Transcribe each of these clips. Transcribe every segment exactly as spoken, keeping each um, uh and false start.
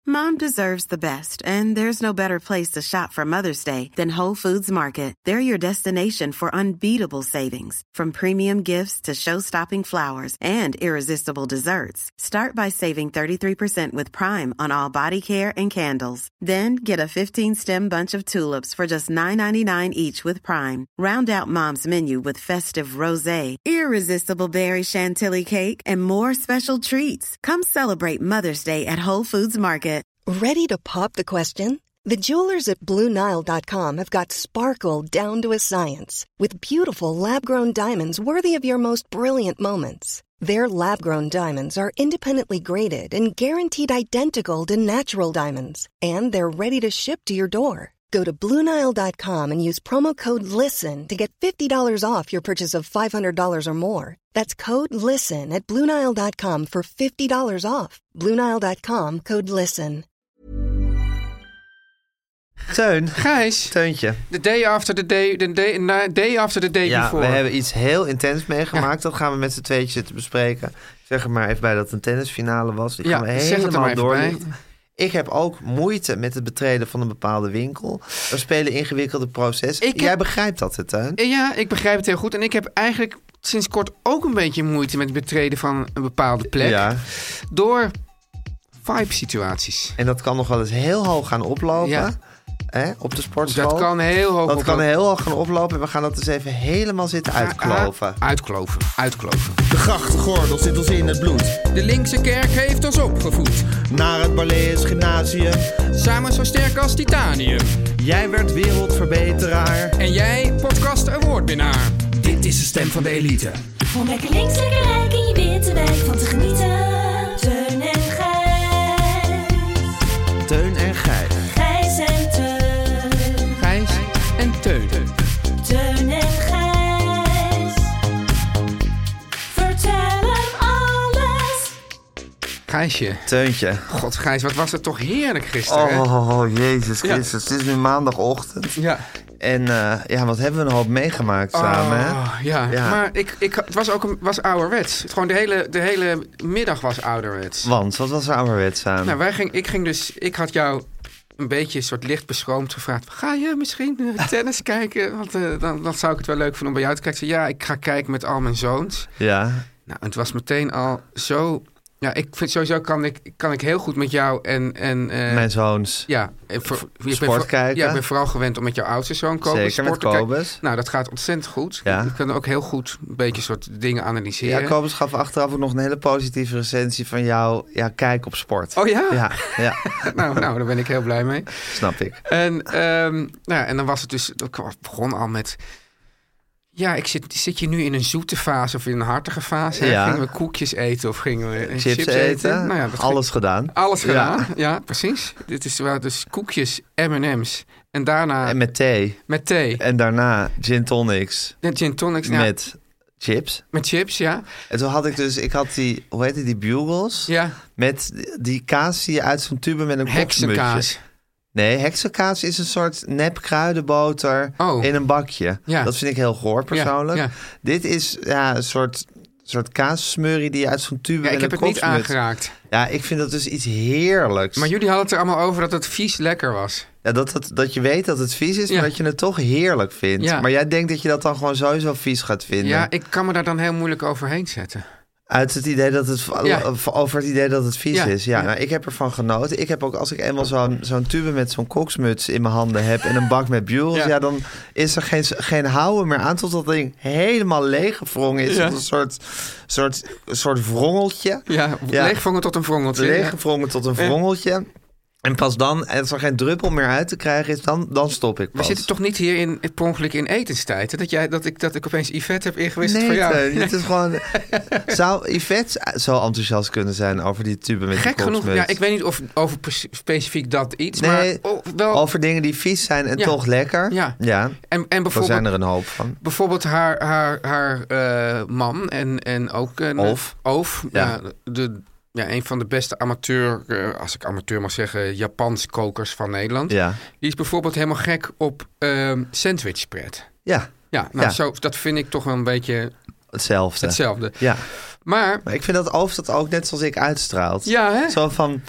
Mom deserves the best, and there's no better place to shop for Mother's Day than Whole Foods Market. They're your destination for unbeatable savings, from premium gifts to show-stopping flowers and irresistible desserts. Start by saving thirty-three percent with Prime on all body care and candles. Then get a fifteen-stem bunch of tulips for just nine ninety-nine each with Prime. Round out Mom's menu with festive rosé, irresistible berry chantilly cake, and more special treats. Come celebrate Mother's Day at Whole Foods Market. Ready to pop the question? The jewelers at Blue Nile dot com have got sparkle down to a science with beautiful lab-grown diamonds worthy of your most brilliant moments. Their lab-grown diamonds are independently graded and guaranteed identical to natural diamonds, and they're ready to ship to your door. Go to Blue Nile dot com and use promo code LISTEN to get fifty dollars off your purchase of five hundred dollars or more. That's code LISTEN at Blue Nile dot com for fifty dollars off. Blue Nile dot com, code LISTEN. Teun. Gijs. Teuntje. The day after the day, the day, na, day after the day ja, before. we hebben iets heel intens meegemaakt. Ja. Dat gaan we met z'n tweetjes zitten bespreken. Zeg er maar even bij dat het een tennisfinale was. Die ja, gaan we helemaal doorlichten. Ik heb ook moeite met het betreden van een bepaalde winkel. Er spelen ingewikkelde processen. Ik Jij heb... begrijpt dat, hè, Teun? Ja, ik begrijp het heel goed. En ik heb eigenlijk sinds kort ook een beetje moeite met het betreden van een bepaalde plek. Ja. Door vibe-situaties. En dat kan nog wel eens heel hoog gaan oplopen. Ja. Hè, op de sportschool. Dat kan heel hoog Dat oplopen. kan heel hoog gaan oplopen. En we gaan dat eens even helemaal zitten uitkloven. Uitkloven, uitkloven. De grachtgordel zit ons in het bloed. De linkse kerk heeft ons opgevoed. Naar het Barlees Gymnasium. Samen zo sterk als titanium. Jij werd wereldverbeteraar. En jij podcast awardwinnaar. Dit is de stem van de elite. Om lekker links, lekker rijk in je witte wijk van te genieten. Teun en Gijs. Teun en Gijs. Gijs en Teun. Gijs en Teun. Teun en Gijs. Vertel hem alles. Gijsje. Teuntje. God, Gijs, wat was het toch heerlijk gisteren. Oh, oh, oh Jezus Christus. Ja. Het is nu maandagochtend. Ja. En uh, ja, wat hebben we een hoop meegemaakt samen, hè? Oh, ja. ja, maar ik, ik, het was ook een, was ouderwets. Het, gewoon de hele, de hele middag was ouderwets. Want, wat was er ouderwets aan? Nou, wij ging, ik ging dus... Ik had jou een beetje een soort licht beschroomd gevraagd. Ga je misschien uh, tennis kijken? Want uh, dan, dan zou ik het wel leuk vinden om bij jou te kijken. Ja, ik ga kijken met al mijn zoons. Ja. Nou, het was meteen al zo... Ja, ik vind sowieso kan ik, kan ik heel goed met jou en... en uh, mijn zoons. Ja. Voor, sport kijken. Ja, ik ben vooral gewend om met jouw oudste zoon Kobus Zeker, sport met te kijken. Kobus. Nou, dat gaat ontzettend goed. Ja. Ik kan ook heel goed een beetje soort dingen analyseren. Ja, Kobus gaf achteraf ook nog een hele positieve recensie van jou. Ja, kijk op sport. Oh ja? Ja. ja. nou, nou, daar ben ik heel blij mee. Snap ik. En, um, nou, en dan was het dus... Ik begon al met... Ja, ik zit, zit je nu in een zoete fase of in een hartige fase? Ja. Gingen we koekjes eten of gingen we chips, chips eten? eten? Nou ja, dat alles ging, gedaan. Alles gedaan, ja, ja precies. Dit is wel dus koekjes, M en M's. En daarna... En met thee. Met thee. En daarna gin tonics. En gin tonics, ja. Met chips. Met chips, ja. En toen had ik dus... Ik had die... Hoe heet die? Die bugles. Ja. Met die kaas die je uit zo'n tube met een heksenkaas. Nee, heksenkaas is een soort nep kruidenboter oh. in een bakje. Ja. Dat vind ik heel goor persoonlijk. Ja, ja. Dit is ja, een soort, soort kaassmurrie die je uit zo'n tube... Ja, ik heb het niet aangeraakt. Ja, ik vind dat dus iets heerlijks. Maar jullie hadden het er allemaal over dat het vies lekker was. Ja, dat, dat, dat je weet dat het vies is, ja. maar dat je het toch heerlijk vindt. Ja. Maar jij denkt dat je dat dan gewoon sowieso vies gaat vinden. Ja, ik kan me daar dan heel moeilijk overheen zetten. Uit het idee dat het... Ja. Over het idee dat het vies ja. is. Ja, ja. Nou, ik heb ervan genoten. Ik heb ook, als ik eenmaal zo'n, zo'n tube met zo'n koksmuts in mijn handen heb... en een bak met bugles, ja. ja, dan is er geen, geen houden meer aan... tot dat ding helemaal leeggevrongen is. Ja. Een soort, soort, soort wrongeltje. Ja, ja. leeggevrongen tot een wrongeltje. Leeggevrongen ja. tot een wrongeltje. Ja. En pas dan, als er geen druppel meer uit te krijgen is, dan, dan stop ik pas. We zitten toch niet hier in, per ongeluk in etenstijd? Dat, jij, dat, ik, dat ik opeens Yvette heb ingewisseld nee, voor jou? Nee, het is gewoon... Zou Yvette zo enthousiast kunnen zijn over die tube met Gek de genoeg, ja, ik weet niet of over specifiek dat iets, nee, maar... Oh, wel... over dingen die vies zijn en ja. toch lekker. Ja, ja. En, en bijvoorbeeld... Daar zijn er een hoop van. Bijvoorbeeld haar, haar, haar uh, man en, en ook... Een, Oof. Oof, ja. ja de... Ja, een van de beste amateur, als ik amateur mag zeggen, Japans kokers van Nederland. Ja. Die is bijvoorbeeld helemaal gek op uh, sandwichspread. Ja. Ja, nou, ja. Zo, dat vind ik toch wel een beetje... Hetzelfde. Hetzelfde. Ja. Maar... maar ik vind dat Oof dat ook net zoals ik uitstraalt. Ja, hè? Zo van...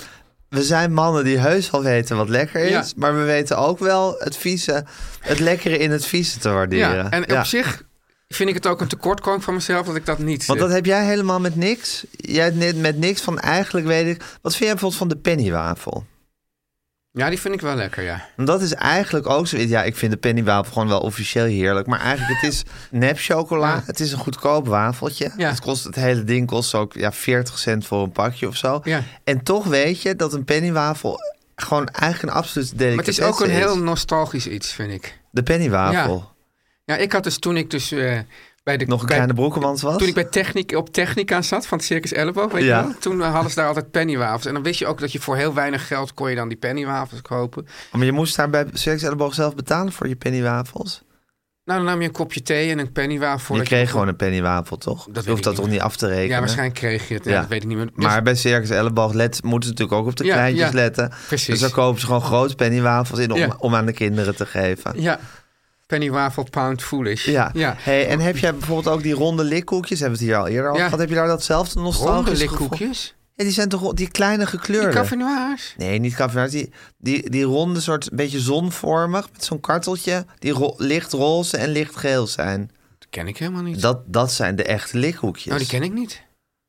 we zijn mannen die heus wel weten wat lekker is. Ja. Maar we weten ook wel het vieze, het lekkere in het vieze te waarderen. Ja, en op zich vind ik het ook een tekortkoming van mezelf dat ik dat niet... Want dat heb jij helemaal met niks. Jij hebt net met niks van eigenlijk weet ik... Wat vind jij bijvoorbeeld van de pennywafel? Ja, die vind ik wel lekker, ja. Want dat is eigenlijk ook zo... Ja, ik vind de pennywafel gewoon wel officieel heerlijk. Maar eigenlijk, het is nep-chocola. Ja. Het is een goedkoop wafeltje. Ja. Het, kost, het hele ding kost ook ja, veertig cent voor een pakje of zo. Ja. En toch weet je dat een pennywafel gewoon eigenlijk een absolute Maar het delicatesse is ook een heel is. nostalgisch iets, vind ik. De pennywafel. Ja, ik had dus toen ik dus... Uh, bij de, Nog een bij, kleine broekenmans was. Toen ik bij techniek, op Technica zat van het Circus Elleboog, weet Ja. je wel? Toen uh, hadden ze daar altijd pennywafels. En dan wist je ook dat je voor heel weinig geld kon je dan die pennywafels kopen. Oh, maar je moest daar bij Circus Elleboog zelf betalen voor je pennywafels? Nou, dan nam je een kopje thee en een pennywafel. Je dat kreeg je gewoon een pennywafel, toch? weet je ik hoeft dat niet toch meer. niet af te rekenen? Ja, waarschijnlijk kreeg je het. Ja, Ja. dat weet ik niet meer. Dus- Maar bij Circus Elleboog let, moeten ze natuurlijk ook op de Ja, kleintjes ja, letten. precies. Dus dan kopen ze gewoon grote pennywafels in om, Ja. om aan de kinderen te geven. Ja, pennywafel pound foolish. Ja. ja. Hey, en heb jij bijvoorbeeld ook die ronde likkoekjes? Hebben we het hier al eerder over Ja. gehad? Heb je daar datzelfde nostalgische Ronde gevoel? likkoekjes. Ja, die zijn toch die kleine gekleurde? Die café-noirs. Nee, niet café die, die, die ronde soort, een beetje zonvormig, met zo'n karteltje, die ro- licht roze en licht geel zijn. Dat ken ik helemaal niet. Dat, dat zijn de echte likkoekjes. Nou, die ken ik niet.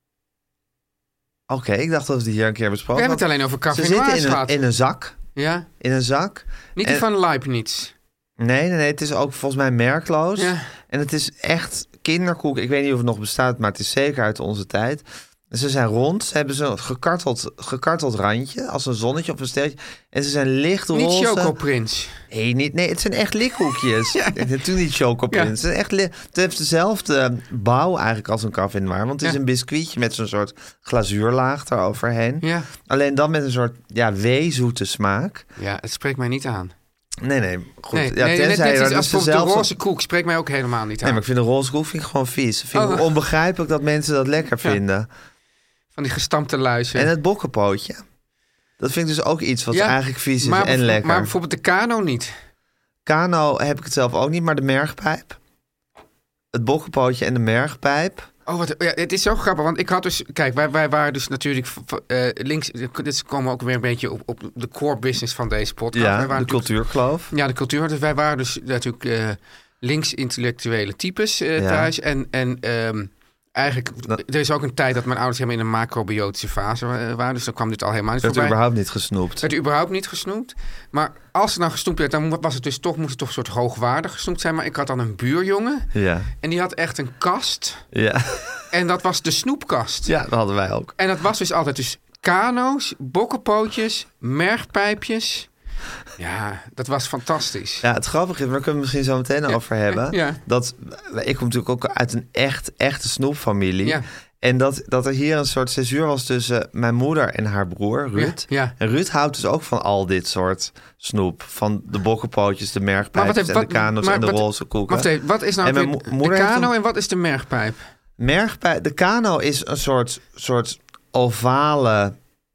Oké, ik dacht dat we die hier een keer We besproken hebben het hadden. alleen over Ze zitten café-noirs in een, gehad. in een zak. Ja, In een zak. niet En- die van Leibniz. Nee, nee, nee. Het is ook volgens mij merkloos. Ja. En het is echt kinderkoek. Ik weet niet of het nog bestaat, maar het is zeker uit onze tijd. Ze zijn rond. Ze hebben zo'n gekarteld, gekarteld randje, als een zonnetje of een sterretje. En ze zijn licht roze. Niet Choco Prins. Nee, niet, nee, het zijn echt likkoekjes. Ja. ja. Toen niet chocoprins. Ja. Het, zijn echt li- het heeft dezelfde bouw eigenlijk als een café noir. Want het is Ja. een biscuitje met zo'n soort glazuurlaag eroverheen. Ja. Alleen dan met een soort ja, weezoete smaak. Ja, het spreekt mij niet aan. Nee, nee. Goed. Nee, ja, nee, net, tenzij net je iets daar als dus bijvoorbeeld de dezelfde- roze koek spreekt mij ook helemaal niet aan. Nee, maar ik vind de roze koek vind ik gewoon vies. Ik vind het Oh. onbegrijpelijk dat mensen dat lekker Ja. vinden. Van die gestampte luizen. En het bokkenpootje. Dat vind ik dus ook iets wat Ja, eigenlijk vies is maar, en lekker. Maar bijvoorbeeld de kano niet. Kano heb ik het zelf ook niet, maar de mergpijp. Het bokkenpootje en de mergpijp. Oh, wat, ja, het is zo grappig, want ik had dus... Kijk, wij, wij waren dus natuurlijk uh, links... Dit komen we ook weer een beetje op, op de core business van deze podcast. Ja, wij waren de natuurlijk- cultuurkloof. Ja, de cultuur. Dus wij waren dus natuurlijk uh, links-intellectuele types uh, Ja. thuis. En, en um, eigenlijk... Dat- Er is ook een tijd dat mijn ouders helemaal in een macrobiotische fase wa- waren. Dus dan kwam dit al helemaal niet Werd voorbij. überhaupt niet gesnoept. werd überhaupt niet gesnoept. Maar als het nou gesnoept werd, dan was het dus toch, moest het toch een soort hoogwaardig gesnoept zijn. Maar ik had dan een buurjongen. Ja. En die had echt een kast. Ja. En dat was de snoepkast. ja, dat hadden wij ook. En dat was dus altijd dus kano's, bokkenpootjes, mergpijpjes. Ja, dat was fantastisch. Ja, het grappige is, daar kunnen we misschien zo meteen Ja. over hebben. Ja. Dat, ik kom natuurlijk ook uit een echt, echte snoepfamilie. Ja. En dat, dat er hier een soort césuur was tussen mijn moeder en haar broer, Ruud. Ja, ja. En Ruud houdt dus ook van al dit soort snoep. Van de bokkenpootjes, de mergpijpjes heeft- en wat- de kano's maar en de wat- roze koeken. Wacht even, wat is nou En mijn weer mo- moeder de heeft kano een- en wat is de mergpijp? Mergpijp, de kano is een soort, soort ovale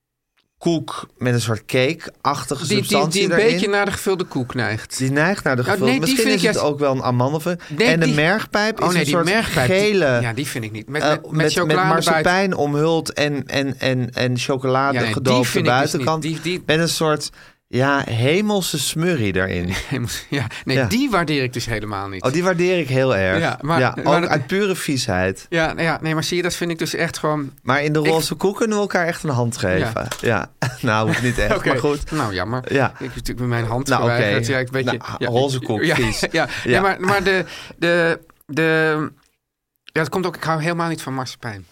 koek met een soort cake-achtige Die, die, substantie die een erin. beetje naar de gevulde koek neigt. Die neigt naar de Nou, gevulde. nee, die Misschien vind is ik het juist- ook wel een amandelvulling. Nee, en de die- mergpijp is Oh nee, een die soort mergpijp. die- gele... ja, die vind ik niet. Met, eh, met, met, met, met chocolade marsepein buiten. omhuld en, en, en, en chocolade Ja, nee, die gedoofde vind ik dus buitenkant. niet. Die- die- Met een soort ja, hemelse smurrie daarin. Ja, nee, Ja. die waardeer ik dus helemaal niet. Oh, die waardeer ik heel erg. Ja, maar- ja, maar ook dat- uit pure viesheid. Ja, nou ja, nee, maar zie je, dat vind ik dus echt gewoon... Maar in de Ik- roze koek kunnen we elkaar echt een hand geven. Ja, nou, hoeft niet echt, Oké. maar goed. Nou, jammer. Ja. Ik heb natuurlijk met mijn hand Nou, geweigerd. oké. Ja, ik weet je, Nou, ja, roze koek, ja, vies. Ja, ja. Nee, Ja. maar, maar de... de, de ja, dat komt ook... Ik hou helemaal niet van marsepein.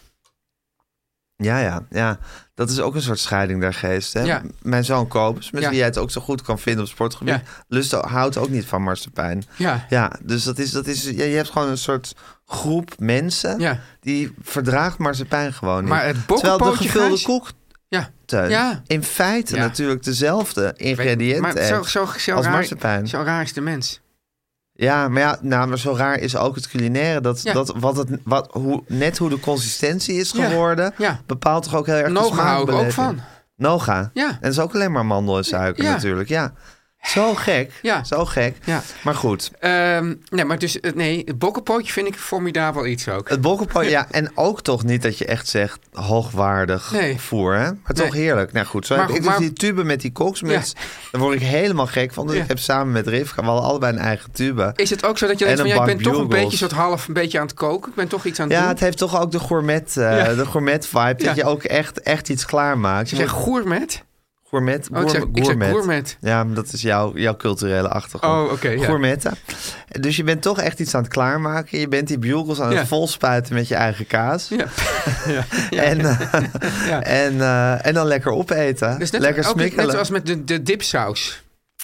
Ja, ja, ja. Dat is ook een soort scheiding der geest. Hè? Ja. Mijn zoon Kobus, met Ja. wie jij het ook zo goed kan vinden op sportgebied, Ja. lust, houdt ook niet van marsepein. Ja. Ja, dus dat is, dat is, ja, je hebt gewoon een soort groep mensen Ja. die verdraagt marsepein gewoon niet. Maar het Terwijl de bokkenpootje, gevulde Gijs? koek, Ja. Teun, Ja. in feite Ja. natuurlijk dezelfde ingrediënten Maar zo, heeft zo, zo, als raar, marsepein. zo raar is de mens. Ja, maar ja, nou, maar zo raar is ook het culinaire. Dat, Ja. dat wat het, wat, hoe, net hoe de consistentie is Ja. geworden, Ja. bepaalt toch ook heel erg de Noga hou ik ook smaakbeleving. van. Noga. Ja. En dat is ook alleen maar mandel en suiker Ja. natuurlijk, ja. Zo gek. Ja. Zo gek. Ja. Maar goed. Um, nee, maar dus, uh, nee, het bokkenpootje vind ik formidabel iets ook. Het bokkenpootje, ja. En ook toch niet dat je echt zegt hoogwaardig Nee. voer, hè? Maar toch Nee. heerlijk. Nou goed, zo Maar heb ik goed, dus maar- die tube met die koksmuts. Ja. Daar word ik helemaal gek van. Dus Ja. ik heb samen met Rivka, we hadden allebei een eigen tube. Is het ook zo dat je En denkt van, een ja, ik bak ben toch een bugles. beetje soort half een beetje aan het koken. Ik ben toch iets aan het Ja, doen. het heeft toch ook de gourmet, uh, Ja. de gourmet vibe. Ja. Dat je ook echt, echt iets klaarmaakt. Je zegt gourmet? Gourmet, Oh, ik zeg, gourmet, ik zeg gourmet. gourmet. Ja, maar dat is jouw, jouw culturele achtergrond. Oh, oké, ja. Gourmetten. Dus je bent toch echt iets aan het klaarmaken. Je bent die bugles aan het Ja. volspuiten met je eigen kaas. Ja. ja. ja. En, uh, Ja. en, uh, en dan lekker opeten. Dus net, lekker ook smikkelen. net zoals met de, de dipsaus.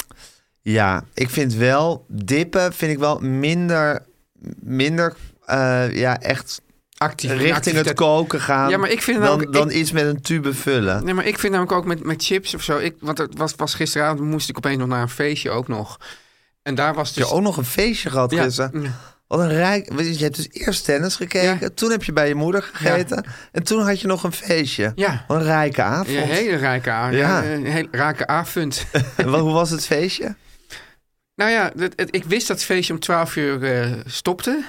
Ja, ik vind wel, dippen vind ik wel minder, minder uh, ja, echt Actief, richting het activiteit. koken gaan Ja, maar ik vind dan, namelijk- dan ik- iets met een tube vullen. Nee, maar ik vind namelijk ook met, met chips of zo. Ik, want het was, was gisteravond, moest ik opeens nog naar een feestje ook nog. En daar was Heb dus... je ook nog een feestje gehad Ja. gisteren? Wat een rijk... Je hebt dus eerst tennis gekeken, Ja. toen heb je bij je moeder gegeten en toen had je nog een feestje. Ja. Wat een rijke avond. Ja, hele rijke avond. Ja. Ja. Een hele rijke avond. En wat- hoe was het feestje? Nou ja, het, het- ik wist dat het feestje om twaalf uur eh, stopte.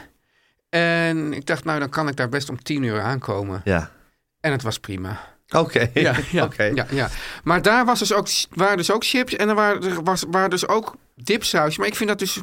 En ik dacht, nou, dan kan ik daar best om tien uur aankomen. Ja. En het was prima. Oké. Ja, ja, Oké. ja, ja. Maar daar was dus ook, waren dus ook chips en er waren, er was, waren dus ook dipsaus. Maar ik vind dat dus...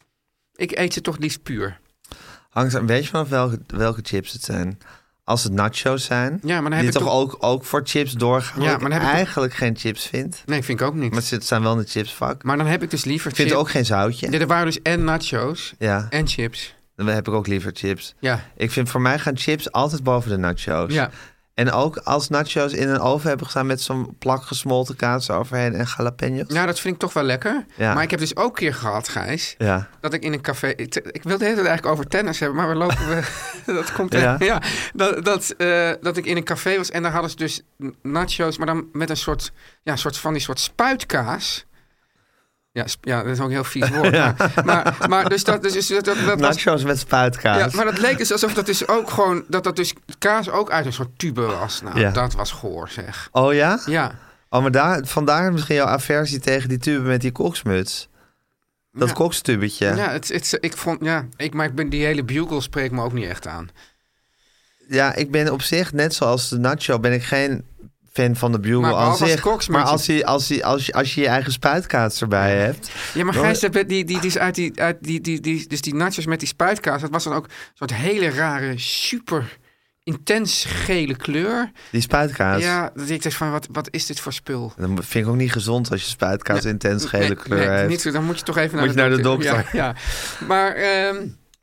Ik eet ze toch liefst puur. Hangt er, weet je vanaf welke, welke chips het zijn? Als het nachos zijn, Ja, maar dan heb die ik toch toch- ook, ook voor chips doorgaan, Ja, wat maar ik dan heb ik eigenlijk geen chips vind. Nee, vind ik ook niet. Maar ze zijn wel in het chipsvak. Maar dan heb ik dus liever Ik vind chips. ook geen zoutje. Ja, er waren dus en nachos Ja, en chips. dan heb ik ook liever chips. Ja, Ik vind voor mij gaan chips altijd boven de nachos. ja. En ook als nachos in een oven hebben gestaan met zo'n plak gesmolten kaas overheen en jalapenos. Nou, dat vind ik toch wel lekker. Ja. Maar ik heb dus ook een keer gehad, Gijs, Ja. dat ik in een café... Ik, ik wilde het eigenlijk over tennis hebben, maar we lopen... We, dat komt... Ja. Ja, dat, dat, eh, dat ik in een café was en daar hadden ze dus nachos, maar dan met een soort, ja, soort van die soort spuitkaas. Ja, sp- ja, dat is ook een heel vies woord. Maar, maar, maar dus dat... Dus, dus dat, dat, dat was, Nachos met spuitkaas. ja, maar dat leek dus alsof dat dus ook gewoon... Dat dat dus kaas ook uit een soort tube was. Nou, Ja. dat was goor, zeg. Oh ja? Ja. Oh, maar daar, vandaar misschien jouw aversie tegen die tube met die koksmuts. Dat Ja. kokstubetje. Ja, het, het, ik vond, ja, ik, maar ik ben, die hele bugle spreekt me ook niet echt aan. Ja, ik ben op zich, net zoals de nacho, ben ik geen fan van de bugle Maar aan behalve als zich. koksmuts- Maar als, hij, als, hij, als, je, als je je eigen spuitkaas erbij hebt... Ja, maar Dan- Gijs, dat- die, die, die, is uit die, uit die, die, die, dus die nachos met die spuitkaas, dat was dan ook een soort hele rare, super intens gele kleur. Die spuitkaas. Ja, dat ik dacht van, wat, wat is dit voor spul? Dan vind ik ook niet gezond als je spuitkaas Nee, intens gele Nee, kleur nee, heeft. Niet zo, dan moet je toch even naar, Moet je naar de dokter. Ja, ja. Maar, ehm,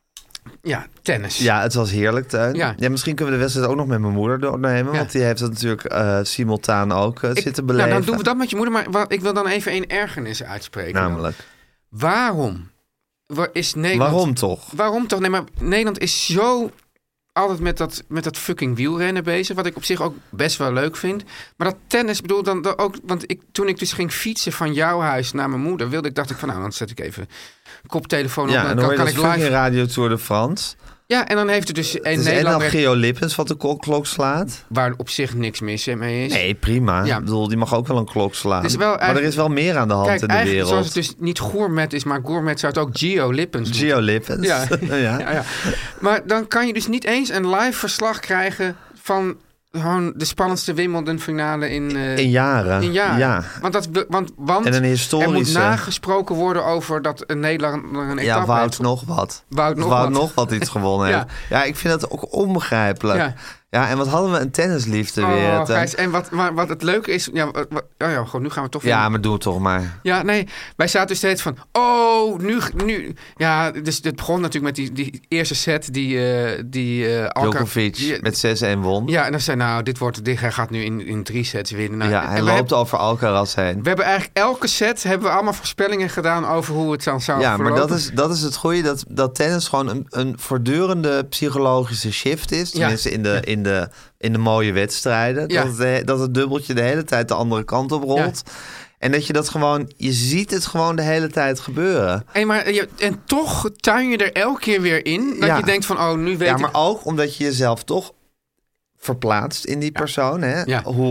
ja, tennis. Ja, het was heerlijk, Teun. Ja. Ja. Misschien kunnen we de wedstrijd ook nog met mijn moeder doornemen. Ja. Want die heeft het natuurlijk eh, simultaan ook eh, Ik- zitten nou, beleven. dan doen we dat met je moeder, maar wat, ik wil dan even een ergernis uitspreken. dan. Namelijk. Waarom Waar is Nederland... Waarom toch? Waarom toch? Nee, maar Nederland is zo altijd met dat, met dat fucking wielrennen bezig. Wat ik op zich ook best wel leuk vind. Maar dat tennis, bedoel dan, dan ook... Want ik, toen ik dus ging fietsen van jouw huis naar mijn moeder... wilde ik, dacht ik van nou, dan zet ik even een koptelefoon op. Ja, en en dan dan kan, hoor je kan dat ik live... fucking Radio Tour de France. Ja, en dan heeft het dus Het een is en Nederlander... dan Geo Lippens wat de klok, klok slaat. waar op zich niks mis mee is. Nee, prima. Ja. Ik bedoel, die mag ook wel een klok slaan. Het is wel Maar er eigenlijk- is wel meer aan de hand Kijk, in de eigenlijk wereld. zoals het dus niet gourmet is, maar gourmet zou het ook Geo Lippens moeten. Geo Lippens. Ja. ja. Ja, ja. Maar dan kan je dus niet eens een live verslag krijgen van gewoon de spannendste Wimbledon finale in, eh, In jaren. in jaren. Ja. Want, dat, we- want, want En een er moet historische... nagesproken worden over dat een Nederlander een etappe Ja, Wout heeft. nog wat. Wout nog Wout wat. nog wat iets gewonnen Ja. heeft. Ja, ik vind dat ook onbegrijpelijk. Ja. Ja. en wat hadden we een tennisliefde weer. Oh, Teun. Gijs, en wat, maar wat het leuke is... Ja, wat, wat- oh ja, gewoon, nu gaan we toch weer... Ja, maar doe het toch maar. Ja, nee, wij zaten dus steeds van... Oh, nu... nu ja, dus het begon natuurlijk met die, die eerste set die... eh die uh, Djokovic met zes een won. Ja, en dan zei nou, dit wordt, dit, hij gaat nu in, in drie sets winnen. Nou, ja, en hij we loopt hebben- over Alcaraz heen. We hebben eigenlijk elke set hebben we allemaal voorspellingen gedaan over hoe het dan zou Ja, maar verlopen. dat is, dat is het goede, dat, dat tennis gewoon een, een voortdurende psychologische shift is. Tenminste in de, in de, in de mooie wedstrijden. Ja. Dat, het, dat het dubbeltje de hele tijd de andere kant op rolt. En dat je dat gewoon, je ziet het gewoon de hele tijd gebeuren. En, maar, je, en toch tuin je er elke keer weer in. Dat Ja. je denkt van, oh, nu weet Ja, ik... maar ook omdat je jezelf toch verplaatst in die persoon. Hè? Ja. Hoe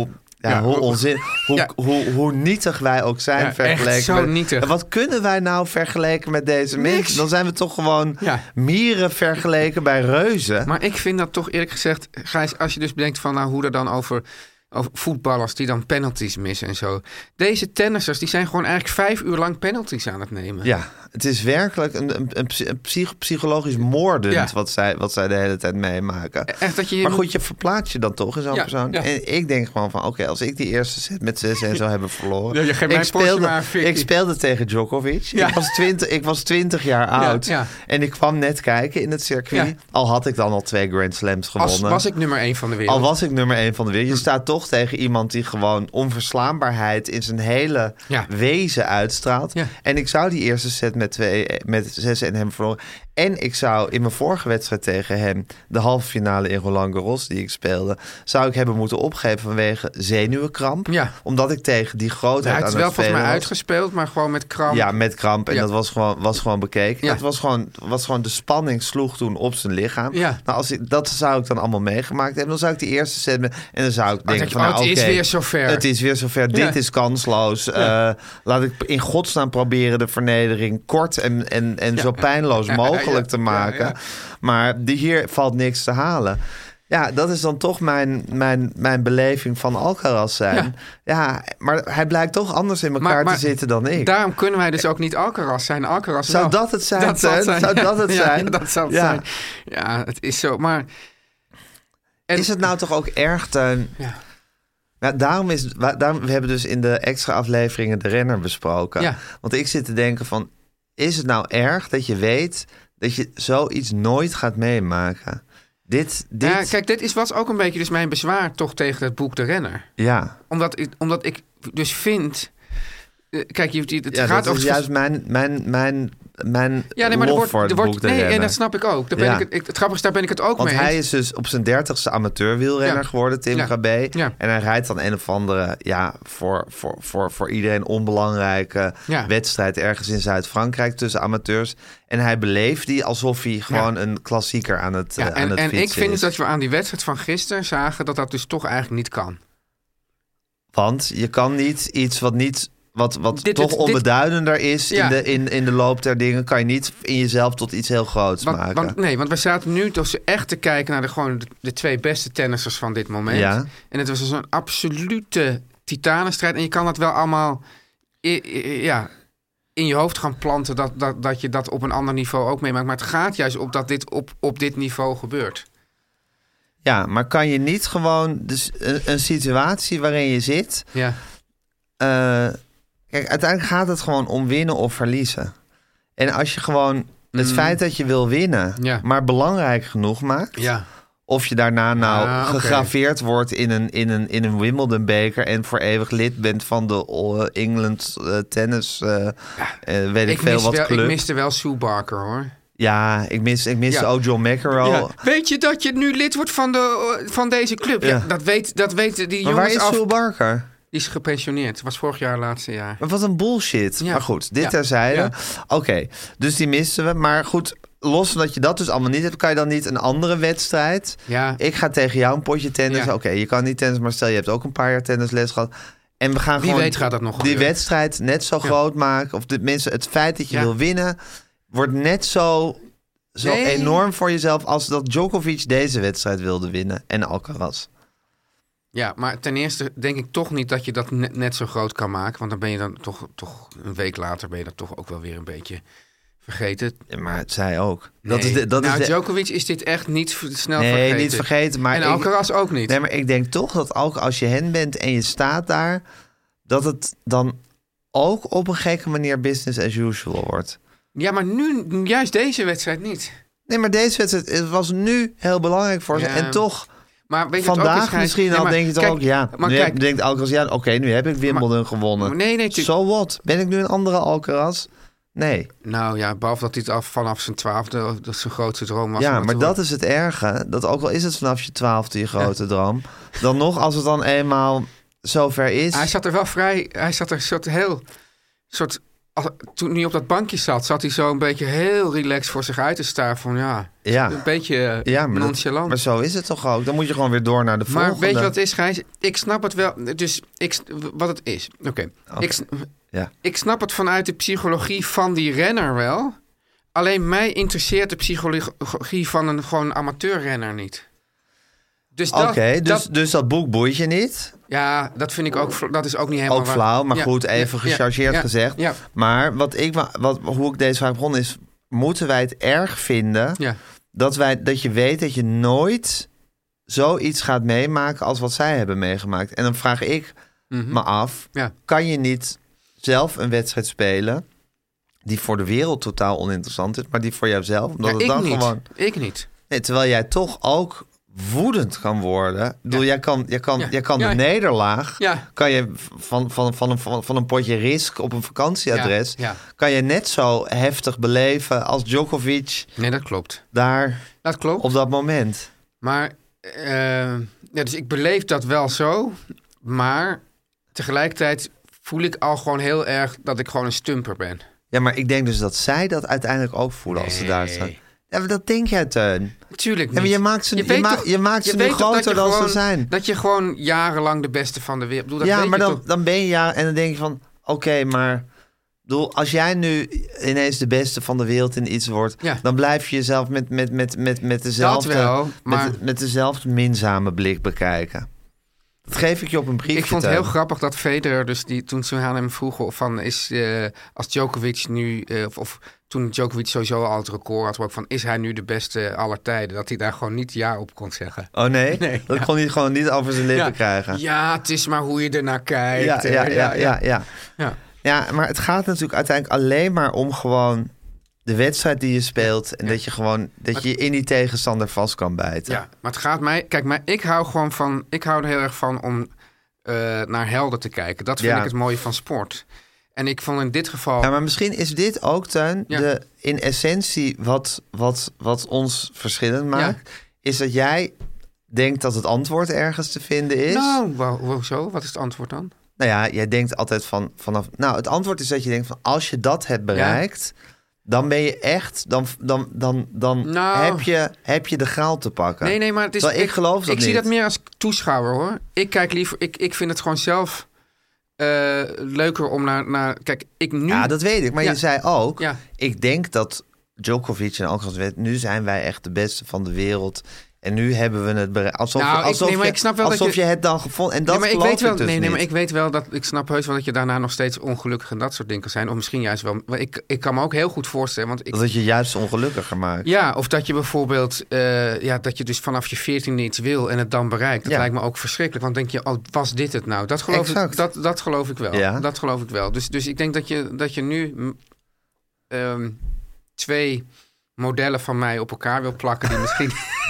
Ja, Ja, hoe, hoe- onzin, hoe, Ja. hoe, hoe nietig wij ook zijn Ja, echt vergeleken zo met... nietig. En wat kunnen wij nou vergeleken met deze Niks. mensen? Dan zijn we toch gewoon Ja. mieren vergeleken bij reuzen. Maar ik vind dat toch eerlijk gezegd, Gijs, als je dus bedenkt van nou, hoe er dan over, over voetballers die dan penalties missen en zo. Deze tennissers, die zijn gewoon eigenlijk vijf uur lang penalties aan het nemen. Ja, het is werkelijk een, een, een psy- een psych- psychologisch moordend Ja. wat, zij, wat zij de hele tijd meemaken. Echt dat je... Maar goed, je verplaatst je dan toch in zo'n Ja, persoon. ja. En ik denk gewoon van, oké, als ik die eerste set met zes en zou hebben verloren. Ja, je geeft ik, mij een portie speelde, maar een fikkie. ik speelde tegen Djokovic. Ja. Ik, was twintig, ik was twintig jaar oud. ja. En ik kwam net kijken in het circuit. Ja. Al had ik dan al twee Grand Slams gewonnen. Als was ik nummer één van de wereld. Al was ik nummer één van de wereld. Je staat toch tegen iemand die gewoon onverslaanbaarheid in zijn hele Ja. wezen uitstraalt. Ja. En ik zou die eerste set met, twee, met zes en hem verloren. En ik zou in mijn vorige wedstrijd tegen hem, de halve finale in Roland Garros die ik speelde, zou ik hebben moeten opgeven vanwege zenuwenkramp. Ja. Omdat ik tegen die Ja, grootheid het is aan wel het volgens mij spelen was. uitgespeeld, maar gewoon met kramp. Ja, met kramp. En Ja. dat was gewoon, was gewoon bekeken. Ja. Dat was gewoon, was gewoon de spanning sloeg toen op zijn lichaam. Ja. Nou, als ik, dat zou ik dan allemaal meegemaakt hebben. Dan zou ik die eerste set... met- en dan zou ik denken denk je, van... oh, nou, het is oké, weer zover. Het is weer zover. Ja. Dit is kansloos. Ja. Eh, laat ik in godsnaam proberen de vernedering kort en, en, en zo pijnloos Ja, mogelijk ja, te ja, maken. ja. Maar die, hier valt niks te halen. Ja, dat is dan toch mijn, mijn, mijn beleving van Alcaraz zijn. Ja. maar hij blijkt toch anders in elkaar Maar- maar te zitten dan ik. Daarom kunnen wij dus ook niet Alcaraz zijn. Alcaraz Zou wel. dat het zijn, Dat zal Teun? het zijn. Zou Ja. dat het Ja, zijn? Ja, dat zou het Ja. zijn. Ja, het is zo. Maar... En- Is het nou toch ook erg, Teun? Ja. Nou, daarom is, wa- daarom, we hebben dus in de extra afleveringen de renner besproken. Ja. Want ik zit te denken van, is het nou erg dat je weet dat je zoiets nooit gaat meemaken? Dit, dit, Ja, kijk, dit is, was ook een beetje dus mijn bezwaar toch tegen het boek De Renner. ja. Omdat ik, omdat ik dus vind... eh, Kijk, je, het Ja, gaat dat is over... juist mijn, mijn, mijn, mijn Ja, nee, maar er lof wordt, voor het er wordt, boek De nee, Renner. en dat snap ik ook. Daar ben Ja. ik het, ik, het grappige is, daar ben ik het ook Want mee hij eens. is dus op zijn dertigste amateurwielrenner Ja. geworden, Tim Ja. Gabé. Ja. En hij rijdt dan een of andere, ja, voor, voor, voor, voor iedereen onbelangrijke Ja. wedstrijd ergens in Zuid-Frankrijk tussen amateurs. En hij beleeft die alsof hij gewoon een klassieker aan het, Ja, eh, aan en het en ik fietsen vind is. dus dat we aan die wedstrijd van gisteren zagen dat dat dus toch eigenlijk niet kan. Want je kan niet iets wat niet... Wat, wat Dit- toch dit- dit- onbeduidender is Ja. in, de, in, in de loop der dingen... kan je niet in jezelf tot iets heel groots Want, maken. want, nee, want we zaten nu dus echt te kijken naar de, gewoon de, de twee beste tennissers van dit moment. Ja. En het was dus een absolute titanenstrijd. En je kan dat wel allemaal i- i- ja, in je hoofd gaan planten... Dat, dat, dat je dat op een ander niveau ook meemaakt. Maar het gaat juist op dat dit op, op dit niveau gebeurt. Ja, maar kan je niet gewoon... Dus een, een situatie waarin je zit... Ja, eh, kijk, uiteindelijk gaat het gewoon om winnen of verliezen. En als je gewoon het feit dat je wil winnen... Ja. maar belangrijk genoeg maakt... ja. of je daarna nou Ah, oké. gegraveerd wordt in een, in een, in een Wimbledon-beker... en voor eeuwig lid bent van de uh, England uh, tennis... uh, uh, weet ik, Ik, veel mis wat wel, ik club. miste wel Sue Barker, hoor. Ja, ik mis, ik mis Ja. ook John McEnroe. Ja. Weet je dat je nu lid wordt van, de, van deze club? Ja, Ja. dat, weet, dat weten die Maar waar jongens is af. Sue Barker? Die is gepensioneerd. Was vorig jaar laatste jaar. Maar wat een bullshit. Ja. Maar goed, dit Ja. terzijde. Ja. Oké, dus die misten we. Maar goed, los van dat je dat dus allemaal niet hebt... kan je dan niet een andere wedstrijd... Ja. Ik ga tegen jou een potje tennis. Ja. Oké, je kan niet tennis, maar stel je hebt ook een paar jaar tennisles gehad. En we gaan Wie gewoon weet gaat dat nog die gebeuren. wedstrijd net zo Ja. groot maken. Of de mensen, het feit dat je Ja. wil winnen... wordt net zo, zo Nee. enorm voor jezelf... als dat Djokovic deze wedstrijd wilde winnen. En Alcaraz. Ja, maar ten eerste denk ik toch niet dat je dat net, net zo groot kan maken. Want dan ben je dan toch, toch een week later ben je dat toch ook wel weer een beetje vergeten. Ja, maar het zij ook. Dat Nee. is de, dat nou, is de, Djokovic is dit echt niet v- snel nee, vergeten. niet vergeten. Maar en ik- Alcaraz ook niet. Nee, maar ik denk toch dat ook als je hen bent en je staat daar... dat het dan ook op een gekke manier business as usual wordt. Ja, maar nu, juist deze wedstrijd niet. Nee, maar deze wedstrijd het was nu heel belangrijk voor ze. Ja. En toch, Maar weet je wat ook vandaag is, Gijs? misschien Nee, al maar denk je toch kijk, ook... ja, maar nu kijk, heb- denkt Alcaraz, ja, oké, nu heb ik Wimbledon gewonnen. Nee, nee, tu- So what? Ben ik nu een andere Alcaraz? Nee. nou ja, behalve dat hij het af, vanaf zijn twaalfde, dat zijn grootste droom was. Ja, om het maar te dat worden. is het erge. Dat ook al is het vanaf je twaalfde je grote droom... dan nog als het dan eenmaal zover is... Hij zat er wel vrij, hij zat er soort heel, soort als, toen hij op dat bankje zat, zat hij zo een beetje heel relaxed voor zich uit te staren. Van ja, Ja. een beetje Ja, maar, dat- nonchalant. maar zo is het toch ook? Dan moet je gewoon weer door naar de Maar volgende. weet je wat het is, Gijs? Ik snap het wel. Dus ik, wat het is. Oké. Oké. Ik, Ja. ik snap het vanuit de psychologie van die renner wel. Alleen mij interesseert de psychologie van een gewoon amateurrenner niet. Dus dat, Oké, dus, dat, dus dat boek boeit je niet? ja, dat vind ik ook. vla- Dat is ook niet helemaal Ook waar. flauw, maar Ja, goed, even ja, gechargeerd ja, gezegd. Ja, Maar wat ik, wa- wat, hoe ik deze vraag begon is... moeten wij het erg vinden ja. dat, wij, dat je weet dat je nooit zoiets gaat meemaken als wat zij hebben meegemaakt? En dan vraag ik Mhm. me af, Ja. kan je niet zelf een wedstrijd spelen... die voor de wereld totaal oninteressant is, maar die voor jouzelf... omdat Ja, het ik dan niet. gewoon... Ik niet. Nee, terwijl jij toch ook woedend kan worden. Ik bedoel, Ja. jij kan, jij kan, Ja. jij kan Ja. de nederlaag... Ja. kan je van, van, van, een, van, van een potje risk op een vakantieadres... Ja, ja. kan je net zo heftig beleven als Djokovic Nee, dat klopt. daar Dat klopt. op dat moment. Maar, eh, ja, dus ik beleef dat wel zo. Maar tegelijkertijd voel ik al gewoon heel erg dat ik gewoon een stumper ben. Ja, maar ik denk dus dat zij dat uiteindelijk ook voelen als ze daar Nee. staan. Ja, maar dat denk jij, Teun. Tuurlijk Ja, niet. maar je maakt ze, je weet ma- toch- je maakt ze nu weet toch dat groter je dan ze gewoon- zijn. Dat je gewoon jarenlang de beste van de wereld... Ik bedoel, dat Ja, weet maar je dan, toch? dan ben je ja en dan denk je van... oké, maar... ik bedoel, als jij nu ineens de beste van de wereld in iets wordt... Ja. dan blijf je jezelf met, met, met, met, met, dezelfde, wel, maar- met, met dezelfde minzame blik bekijken. Dat geef ik je op een briefje. Ik vond het Teun. heel grappig dat Federer, dus die, toen ze aan hem vroegen van is eh, als Djokovic nu, eh, of, of toen Djokovic sowieso al het record had, maar ook van is hij nu de beste aller tijden, dat hij daar gewoon niet ja op kon zeggen. Oh nee? Nee, dat ja. kon hij gewoon niet over zijn lippen Ja, krijgen. ja, het is maar hoe je ernaar kijkt. ja, ja, hè. ja, ja, ja. ja. Ja, maar het gaat natuurlijk uiteindelijk alleen maar om gewoon de wedstrijd die je speelt. En Ja. dat je gewoon dat je in die tegenstander vast kan bijten. Ja, maar het gaat mij... Kijk, maar ik hou gewoon van... Ik hou er heel erg van om eh, naar helden te kijken. Dat vind Ja. ik het mooie van sport. En ik vond in dit geval... Ja, maar misschien is dit ook, Teun, Ja. de, in essentie wat, wat, wat ons verschillend maakt. Is dat jij denkt dat het antwoord ergens te vinden is. Nou, wa- hoezo? Wat is het antwoord dan? Nou ja, jij denkt altijd van vanaf... Nou, het antwoord is dat je denkt van als je dat hebt bereikt... dan ben je echt... dan, dan, dan, dan Nou. heb, je, heb je de graal te pakken. Nee, nee, maar het is... Terwijl ik geloof dat Ik zie niet. dat meer als toeschouwer, hoor. Ik kijk liever... Ik, ik vind het gewoon zelf eh, leuker om naar, naar... Kijk, ik nu... Ja, dat weet ik. Maar Ja. je zei ook... Ja. ik denk dat Djokovic en Alcaraz weet... nu zijn wij echt de beste van de wereld... En nu hebben we het bereikt. Alsof, Nou, ik- alsof, nee, maar je, ik snap wel dat alsof je- je het dan gevonden... En dat nee, maar ik geloof weet wel, dus nee, nee, niet. maar ik weet wel dat ik snap heus wel dat je daarna nog steeds ongelukkig en dat soort dingen kan zijn. Of misschien juist wel. Maar ik, ik kan me ook heel goed voorstellen, want ik, Dat het je juist ongelukkiger maakt. ja, of dat je bijvoorbeeld, eh, ja, dat je dus vanaf je veertiende iets wil en het dan bereikt. Dat Ja. lijkt me ook verschrikkelijk. Want denk je, oh, was dit het nou? Dat geloof Exact. ik, dat, dat geloof ik wel. Ja. Dat geloof ik wel. Dus, dus ik denk dat je, dat je nu mm, ehm, twee modellen van mij op elkaar wil plakken die misschien,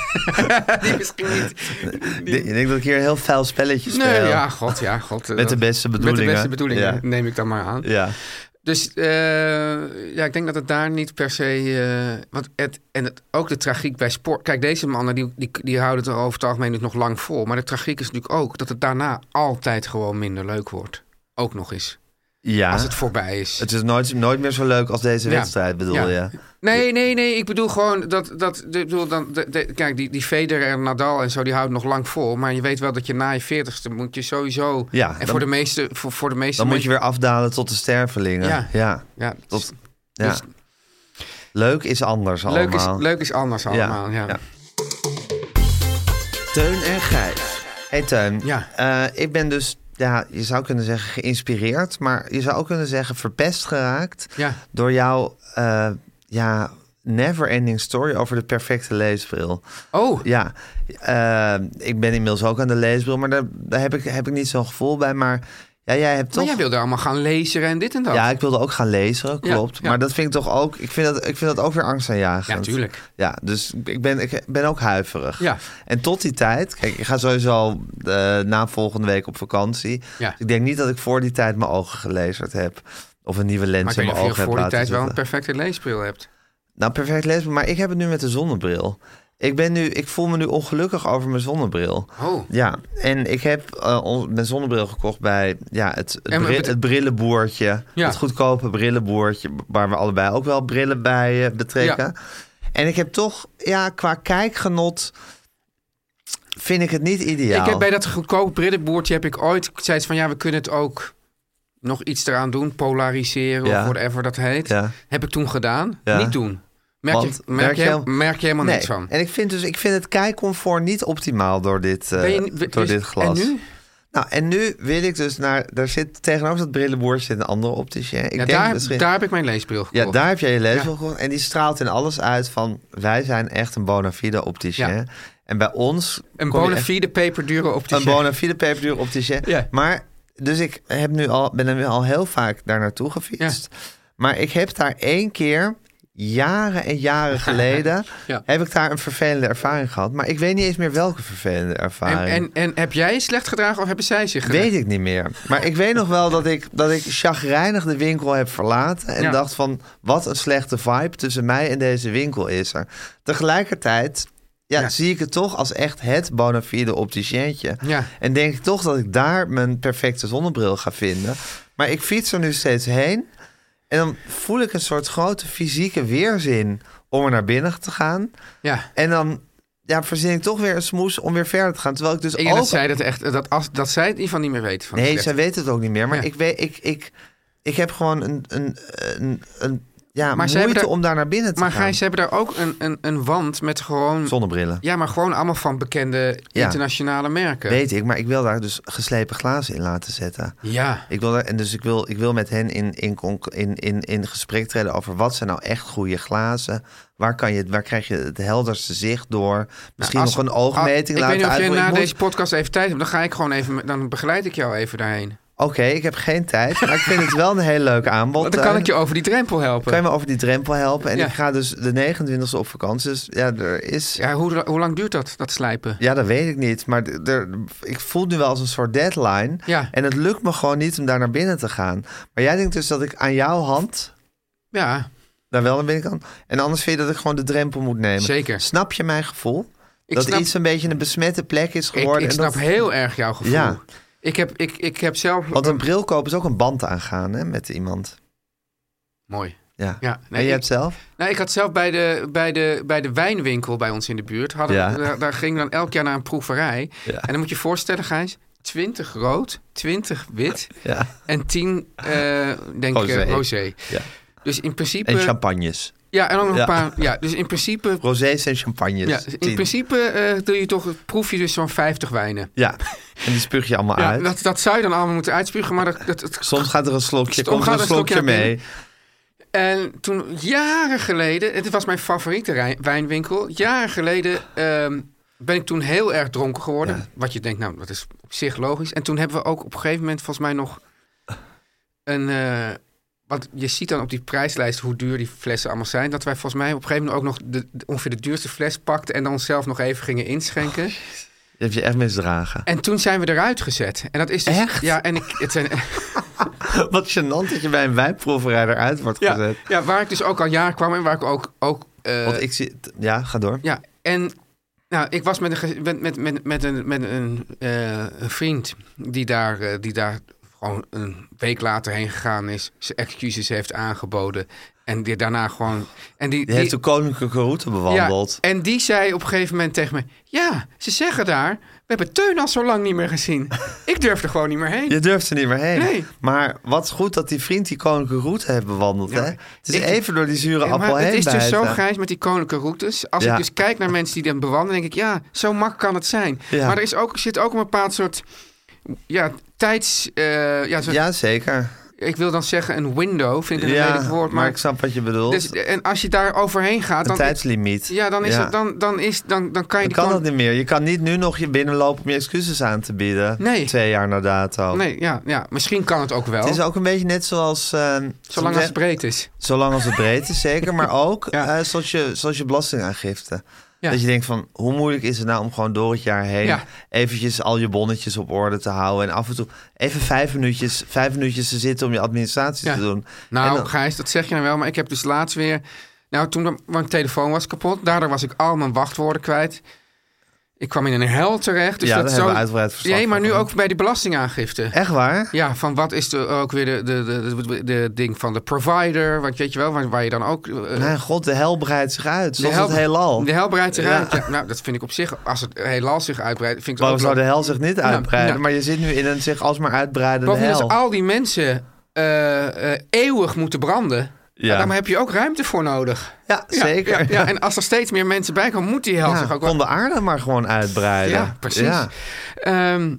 die misschien niet. Ik denk dat ik hier een heel vuil spelletje speel. Nee, ja, god, ja, god. Met de beste Met bedoelingen. de beste bedoelingen, Ja. neem ik dan maar aan. Ja. Dus eh, ja, ik denk dat het daar niet per se... eh, want het, en het, ook de tragiek bij sport... Kijk, deze mannen die, die, die houden het er over het algemeen nog lang vol. Maar de tragiek is natuurlijk ook dat het daarna altijd gewoon minder leuk wordt. Ook nog eens. Ja. Als het voorbij is. Het is nooit, nooit meer zo leuk als deze Ja. wedstrijd, bedoel Ja. je? Nee, nee, nee. Ik bedoel gewoon dat... dat de, bedoel dan, de, de- kijk, die, die Federer en Nadal en zo, die houden nog lang vol. Maar je weet wel dat je na je veertigste moet je sowieso... Ja, en dan- voor de meeste, voor, voor de meeste Dan moet je mensen- weer afdalen tot de stervelingen. Ja. Ja. Ja, Tot, ja. dus- Leuk is anders leuk, is, allemaal. leuk is anders allemaal, ja. Ja. Teun en Gijs. Hey Teun, Ja. eh, ik ben dus, ja, je zou kunnen zeggen geïnspireerd, maar je zou ook kunnen zeggen verpest geraakt Ja. door jouw, eh, ja, never-ending story over de perfecte leesbril. Oh, Ja, eh, ik ben inmiddels ook aan de leesbril, maar daar, daar heb, ik, heb ik niet zo'n gevoel bij. Maar ja, jij hebt maar toch... jij wilde allemaal gaan lezen en dit en dat. Ja, ik wilde ook gaan lezen, klopt. ja. Maar dat vind ik toch ook... Ik vind dat, ik vind dat ook weer angstaanjagend. Ja, tuurlijk. Ja, dus ik ben, ik ben ook huiverig. Ja. En tot die tijd... Kijk, ik ga sowieso uh, na volgende week op vakantie. Ja. Dus ik denk niet dat ik voor die tijd mijn ogen gelezerd heb. Of een nieuwe Maar lens ik in weet mijn niet of ogen je heb voor die laten tijd wel een zitten. perfecte leesbril hebt. Nou, perfect leesbril. Maar ik heb het nu met de zonnebril. Ik ben nu, ik voel me nu ongelukkig over mijn zonnebril. Oh. Ja, en ik heb uh, on- mijn zonnebril gekocht bij ja, het, het, En bril- met- het brillenboertje. Ja. Het goedkope brillenboertje, waar we allebei ook wel brillen bij uh, betrekken. Ja. En ik heb toch, ja, qua kijkgenot vind ik het niet ideaal. Ik heb bij dat goedkope brillenboertje heb ik ooit gezegd van ja, we kunnen het ook nog iets eraan doen, polariseren Ja. of whatever dat heet. Ja. Heb ik toen gedaan. Ja. Niet doen. Merk, Want je, merk, merk je, je helemaal- merk je helemaal Nee, niks van. en ik vind dus, ik vind het kijkcomfort niet optimaal door dit, uh, Ben je niet- door is- dit glas. En nu? Nou, en nu wil ik dus naar, daar zit tegenover dat brillenboertje zit een andere opticien. Ik Ja, denk daar, misschien, daar heb ik mijn leesbril gekocht. ja, daar heb jij je leesbril Ja. gekocht. En die straalt in alles uit van, wij zijn echt een bona fide opticien. Ja. En bij ons... Een kom je bona echt- fide peperdure opticien. Een bona fide peperdure opticien. Ja. Maar, dus ik heb nu al, ben er nu al heel vaak daar naartoe gefietst. Maar ik heb daar één keer, jaren en jaren geleden, Ja. heb ik daar een vervelende ervaring gehad. Maar ik weet niet eens meer welke vervelende En, ervaring. en, en heb jij je slecht gedragen of hebben zij zich gedaan? Weet ik niet meer. Maar ik weet nog wel dat ik, dat ik chagrijnig de winkel heb verlaten. En Ja. dacht van, wat een slechte vibe tussen mij en deze winkel is er. Tegelijkertijd ja, Ja. zie ik het toch als echt het bona fide opticiëntje. Ja. En denk ik toch dat ik daar mijn perfecte zonnebril ga vinden. Maar ik fiets er nu steeds heen. En dan voel ik een soort grote fysieke weerzin om er naar binnen te gaan. Ja. En dan ja, verzin ik toch weer een smoes om weer verder te gaan. Terwijl ik dus Ik denk ook... dat zij dat echt, dat, als, dat zij het in ieder geval niet meer weet. Van Nee, slecht. zij weet het ook niet meer. Maar Ja. ik, weet, ik, ik, ik heb gewoon een, een, een, een ja, Maar ze moeite hebben daar- om daar naar binnen te Maar gaan. Gijs, ze hebben daar ook een, een, een wand met gewoon... Zonnebrillen. Ja, maar gewoon allemaal van bekende Ja. internationale merken. Weet ik, maar ik wil daar dus geslepen glazen in laten zetten. Ja. Ik wil daar, en dus ik wil, ik wil met hen in, in, conc- in, in, in gesprek treden over wat zijn nou echt goede glazen. Waar, kan je, waar krijg je het helderste zicht door? Misschien Als- nog een oogmeting Ik laten weet niet of je uitvoeren. na Ik moet- deze podcast even tijd hebt. Dan ga ik gewoon even... met- Dan begeleid ik jou even daarheen. Oké, ik heb geen tijd, maar ik vind het wel een heel leuk aanbod. Want dan kan Eh, ik je over die drempel helpen. Kan je me over die drempel helpen? En Ja. ik ga dus de negenentwintigste op vakantie. Dus ja, er is... Ja, hoe, hoe lang duurt dat, dat slijpen? Ja, dat weet ik niet. Maar d- er, ik voel nu wel als een soort deadline. Ja. En het lukt me gewoon niet om daar naar binnen te gaan. Maar jij denkt dus dat ik aan jouw hand Ja, daar wel naar binnen kan. En anders vind je dat ik gewoon de drempel moet nemen. Zeker. Snap je mijn gevoel? Ik dat snap- iets een beetje een besmette plek is ik, geworden. ik en snap dat, heel erg jouw gevoel. Ja. Ik, heb, ik, ik heb zelf... Want een bril kopen is ook een band aangaan hè, met iemand. Mooi. Ja. Ja, en nee, je ik- hebt zelf? Nou, ik had zelf bij de, bij de, bij de wijnwinkel bij ons in de buurt... Hadden, Ja. we- daar, daar ging dan elk jaar naar een proeverij. Ja. En dan moet je je voorstellen, Gijs... twintig rood, twintig wit Ja. en tien, eh denk ik, Rosé. eh, rosé. Ja. Dus in principe... En champagnes. Ja, en ook nog Ja. een paar... Ja, dus in principe... Rosés en champagnes. Ja, in Tien. principe eh, doe je toch, proef je dus zo'n vijftig wijnen. Ja, en die spuug je allemaal Ja, uit. dat, dat zou je dan allemaal moeten uitspugen, maar dat, dat, het- Soms gaat er een slokje, Soms komt er gaat een er een slokje slokje naar mee. En toen, jaren geleden, het was mijn favoriete rij- wijnwinkel. Jaren geleden ehm, ben ik toen heel erg dronken geworden. Ja. Wat je denkt, nou, dat is op zich logisch. En toen hebben we ook op een gegeven moment volgens mij nog een... eh, want je ziet dan op die prijslijst hoe duur die flessen allemaal zijn. Dat wij volgens mij op een gegeven moment ook nog de, de- ongeveer de duurste fles pakten. En dan zelf nog even gingen inschenken. Je hebt je echt misdragen. En toen zijn we eruit gezet. En dat is dus... Echt? Ja, en ik... Het zijn, Wat gênant dat je bij een wijnproeverij eruit wordt ja, gezet. ja, waar ik dus ook al jaren kwam en waar ik ook... ook eh, Want ik zie... Ja, ga door. Ja, en nou, ik was met een, ge- met, met, met, met een, met een, eh, een vriend die daar, eh, die daar gewoon een week later heen gegaan is, zijn excuses heeft aangeboden en die daarna gewoon... En die, Die heeft de koninklijke route bewandeld. Ja, en die zei op een gegeven moment tegen me, ja, ze zeggen daar, we hebben Teun al zo lang niet meer gezien. Ik durf er gewoon niet meer heen. Je durft er niet meer heen. Nee. Maar wat goed dat die vriend die koninklijke route heeft bewandeld. Ja, hè? maar Het is ik- even door die zure Ja, appel maar heen het is dus zo, bijten. Gijs, met die koninklijke routes. Als Ja. ik dus kijk naar mensen die dan bewandelen, denk ik, ja, zo makkelijk kan het zijn. Ja. Maar er is ook, zit ook een bepaald soort, ja, tijds... eh, ja, zo- Ja, zeker. Ik wil dan zeggen een window, vind ik een Ja, lelijk woord. maar Maar, ik snap wat je bedoelt. dus, en als je daar overheen gaat, een dan, tijdslimiet. ja, dan, is Ja. Het, dan, dan, is, dan, dan kan je Dan die kan gewoon... dat niet meer. Je kan niet nu nog je binnenlopen om je excuses aan te bieden. Nee. Twee jaar na dato. Nee, ja, ja, misschien kan het ook wel. Het is ook een beetje net zoals... eh, zolang als het breed is. Zolang als het breed is, zeker. Maar ook Ja. eh, zoals, je, zoals je belastingaangifte. Ja. Dat je denkt van, hoe moeilijk is het nou om gewoon door het jaar heen... Ja. eventjes al je bonnetjes op orde te houden... en af en toe even vijf minuutjes, vijf minuutjes te zitten om je administratie Ja. te doen. Nou, En dan- Gijs, dat zeg je nou wel, maar ik heb dus laatst weer... Nou, toen mijn telefoon was kapot. Daardoor was ik al mijn wachtwoorden kwijt. Ik kwam in een hel terecht. Dus ja, dat daar zo... hebben we uitgebreid verslag Nee, maar van. nu ook bij die belastingaangifte. Echt waar? Ja, van wat is de, ook weer de, de, de, de, de ding van de provider. Want weet je wel, waar, waar je dan ook... Uh, Mijn god, de hel breidt zich uit. Zoals hel- het heelal. De hel breidt zich Ja. uit. Ja, nou, dat vind ik op zich... Als het heelal zich uitbreidt, vind ik het Waarom ook zou de wel- hel zich niet uitbreiden? ja. Maar je zit nu in een zich alsmaar uitbreidende Bovendien, hel. als al die mensen uh, uh, eeuwig moeten branden... Ja. Dan heb je ook ruimte voor nodig. Ja, zeker. Ja, ja. En als er steeds meer mensen bij komen, moet die hel Ja, zich ook wel... kon de aarde maar gewoon uitbreiden. Ja, precies. Ja. Um,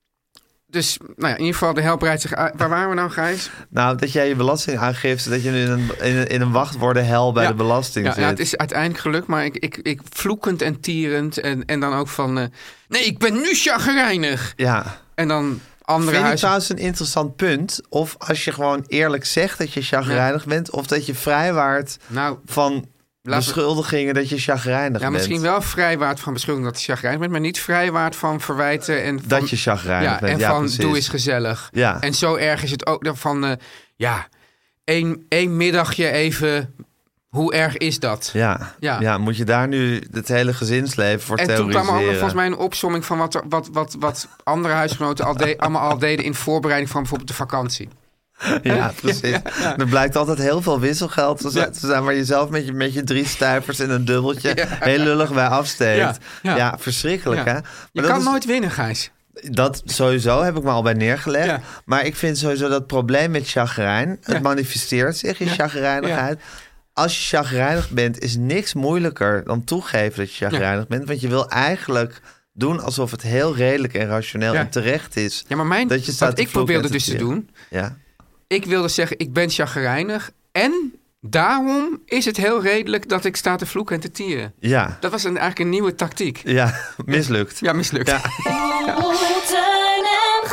dus, nou ja, in ieder geval, de hel breidt zich uit. Waar waren we nou, Gijs? Nou, dat jij je belastingaangifte, dat je nu in een, in een, in een wachtwoordenhel bij ja. de belasting ja, zit. ja, het is uiteindelijk gelukt, maar ik, ik, ik vloekend en tierend. En, en dan ook van, uh, nee, ik ben nu chagrijnig. Ja. En dan andere Vind ik huizen... trouwens een interessant punt. Of als je gewoon eerlijk zegt dat je chagrijnig Ja. bent, of dat je vrijwaart Nou, van Laten we- beschuldigingen dat je chagrijnig ja, bent. misschien wel vrijwaard van beschuldiging dat je chagrijnig bent, maar niet vrijwaard van verwijten en van... Dat je chagrijnig ja, bent. en Ja, van precies. doe eens gezellig. Ja. En zo erg is het ook dan van, uh, ja, één, één middagje even, hoe erg is dat? Ja. Ja. Ja. moet je daar nu het hele gezinsleven voor En toen theoriseren? kwam er ook nog volgens mij een opsomming van wat, er, wat, wat, wat andere huisgenoten al de, allemaal al deden in voorbereiding van bijvoorbeeld de vakantie. Ja, precies. Er blijkt altijd heel veel wisselgeld te zijn, Ja. te zijn waar je zelf met je, met je drie stuivers en een dubbeltje Ja. heel lullig bij afsteekt. Ja, Ja, ja. verschrikkelijk Ja. hè? Je Maar kan dat is- nooit winnen, Gijs. Dat sowieso heb ik me al bij neergelegd. Ja. Maar ik vind sowieso dat probleem met chagrijn, het Ja. manifesteert zich in chagrijnigheid. Als je chagrijnig bent, is niks moeilijker dan toegeven dat je chagrijnig bent. Want je wil eigenlijk doen alsof het heel redelijk en rationeel Ja. en terecht is. Ja, maar mijn, dat je staat wat te ik vloeken probeerde en te dus te tieren. doen, Ja. ik wilde zeggen, ik ben chagrijnig en daarom is het heel redelijk dat ik sta te vloeken en te tieren. Ja. Dat was een, eigenlijk een nieuwe tactiek. Ja, mislukt. Ja, mislukt. Ja. Oeh, Teun en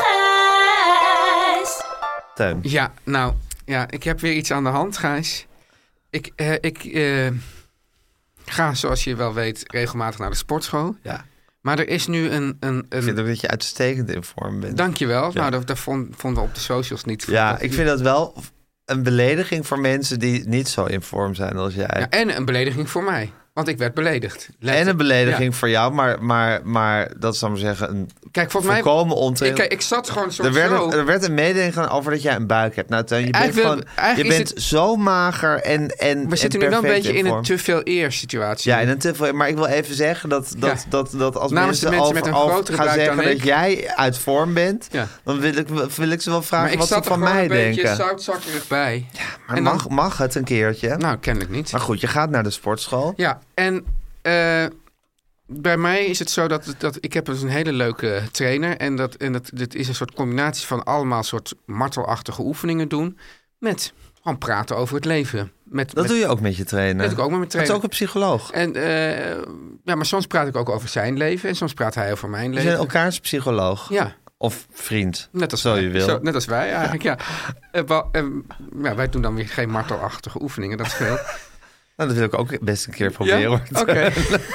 Gijs. Teun. Ja, nou, ja, ik heb weer iets aan de hand, Gijs. Ik, eh, ik eh, ga, zoals je wel weet, regelmatig naar de sportschool. Ja. Maar er is nu een... een, Ik vind een ook dat je uitstekend in vorm bent. dankjewel. Ja. Nou, dat, dat vond- vonden we op de socials niet. Ja, dat- ik vind dat wel een belediging voor mensen die niet zo in vorm zijn als jij. Ja, en een belediging voor mij. Want ik werd beledigd. Let- En een belediging Ja. voor jou, maar, maar, maar dat zal ik maar zeggen, een Kijk, volgens mij... volkomen onterecht. Ik, kijk, ik zat gewoon zo... Er werd, zo. een, er werd een mededeling gedaan over dat jij een buik hebt. Nou, Teun, je bent, Eigenlijk wil- gewoon, je eigenlijk is bent zo mager en, en We zitten nu en wel een perfect beetje in vorm. een te veel eer situatie. Ja, in een te veel. Maar ik wil even zeggen dat, dat, Ja. dat, dat als Namens de mensen, mensen over, met een over grotere gaan buik zeggen dan dat ik. jij uit vorm bent, Ja. dan wil ik, wil ik ze wel vragen Maar ik wat ze zat er van gewoon mij een beetje denken. zoutzakkerig bij. Maar en dan- mag, mag het een keertje? Nou, kennelijk niet. Maar goed, je gaat naar de sportschool. Ja, en eh, bij mij is het zo dat, dat ik heb dus een hele leuke trainer. En, dat, en dat, dit is een soort combinatie van allemaal soort martelachtige oefeningen doen. Met gewoon praten over het leven. Met, Dat met, doe je ook met je trainer. Dat doe ik ook met mijn Dat is trainer. ook een psycholoog. En eh, ja, maar soms praat ik ook over zijn leven. En soms praat hij over mijn Je leven. bent elkaars psycholoog. Ja. Of vriend. Net als Zo wij. je wil. Zo, net als wij eigenlijk, ja. Eh, wel, eh, ja. Wij doen dan weer geen martelachtige oefeningen, dat scheelt. Nou, dat wil ik ook best een keer proberen. Ja? hoor. Oké. ja,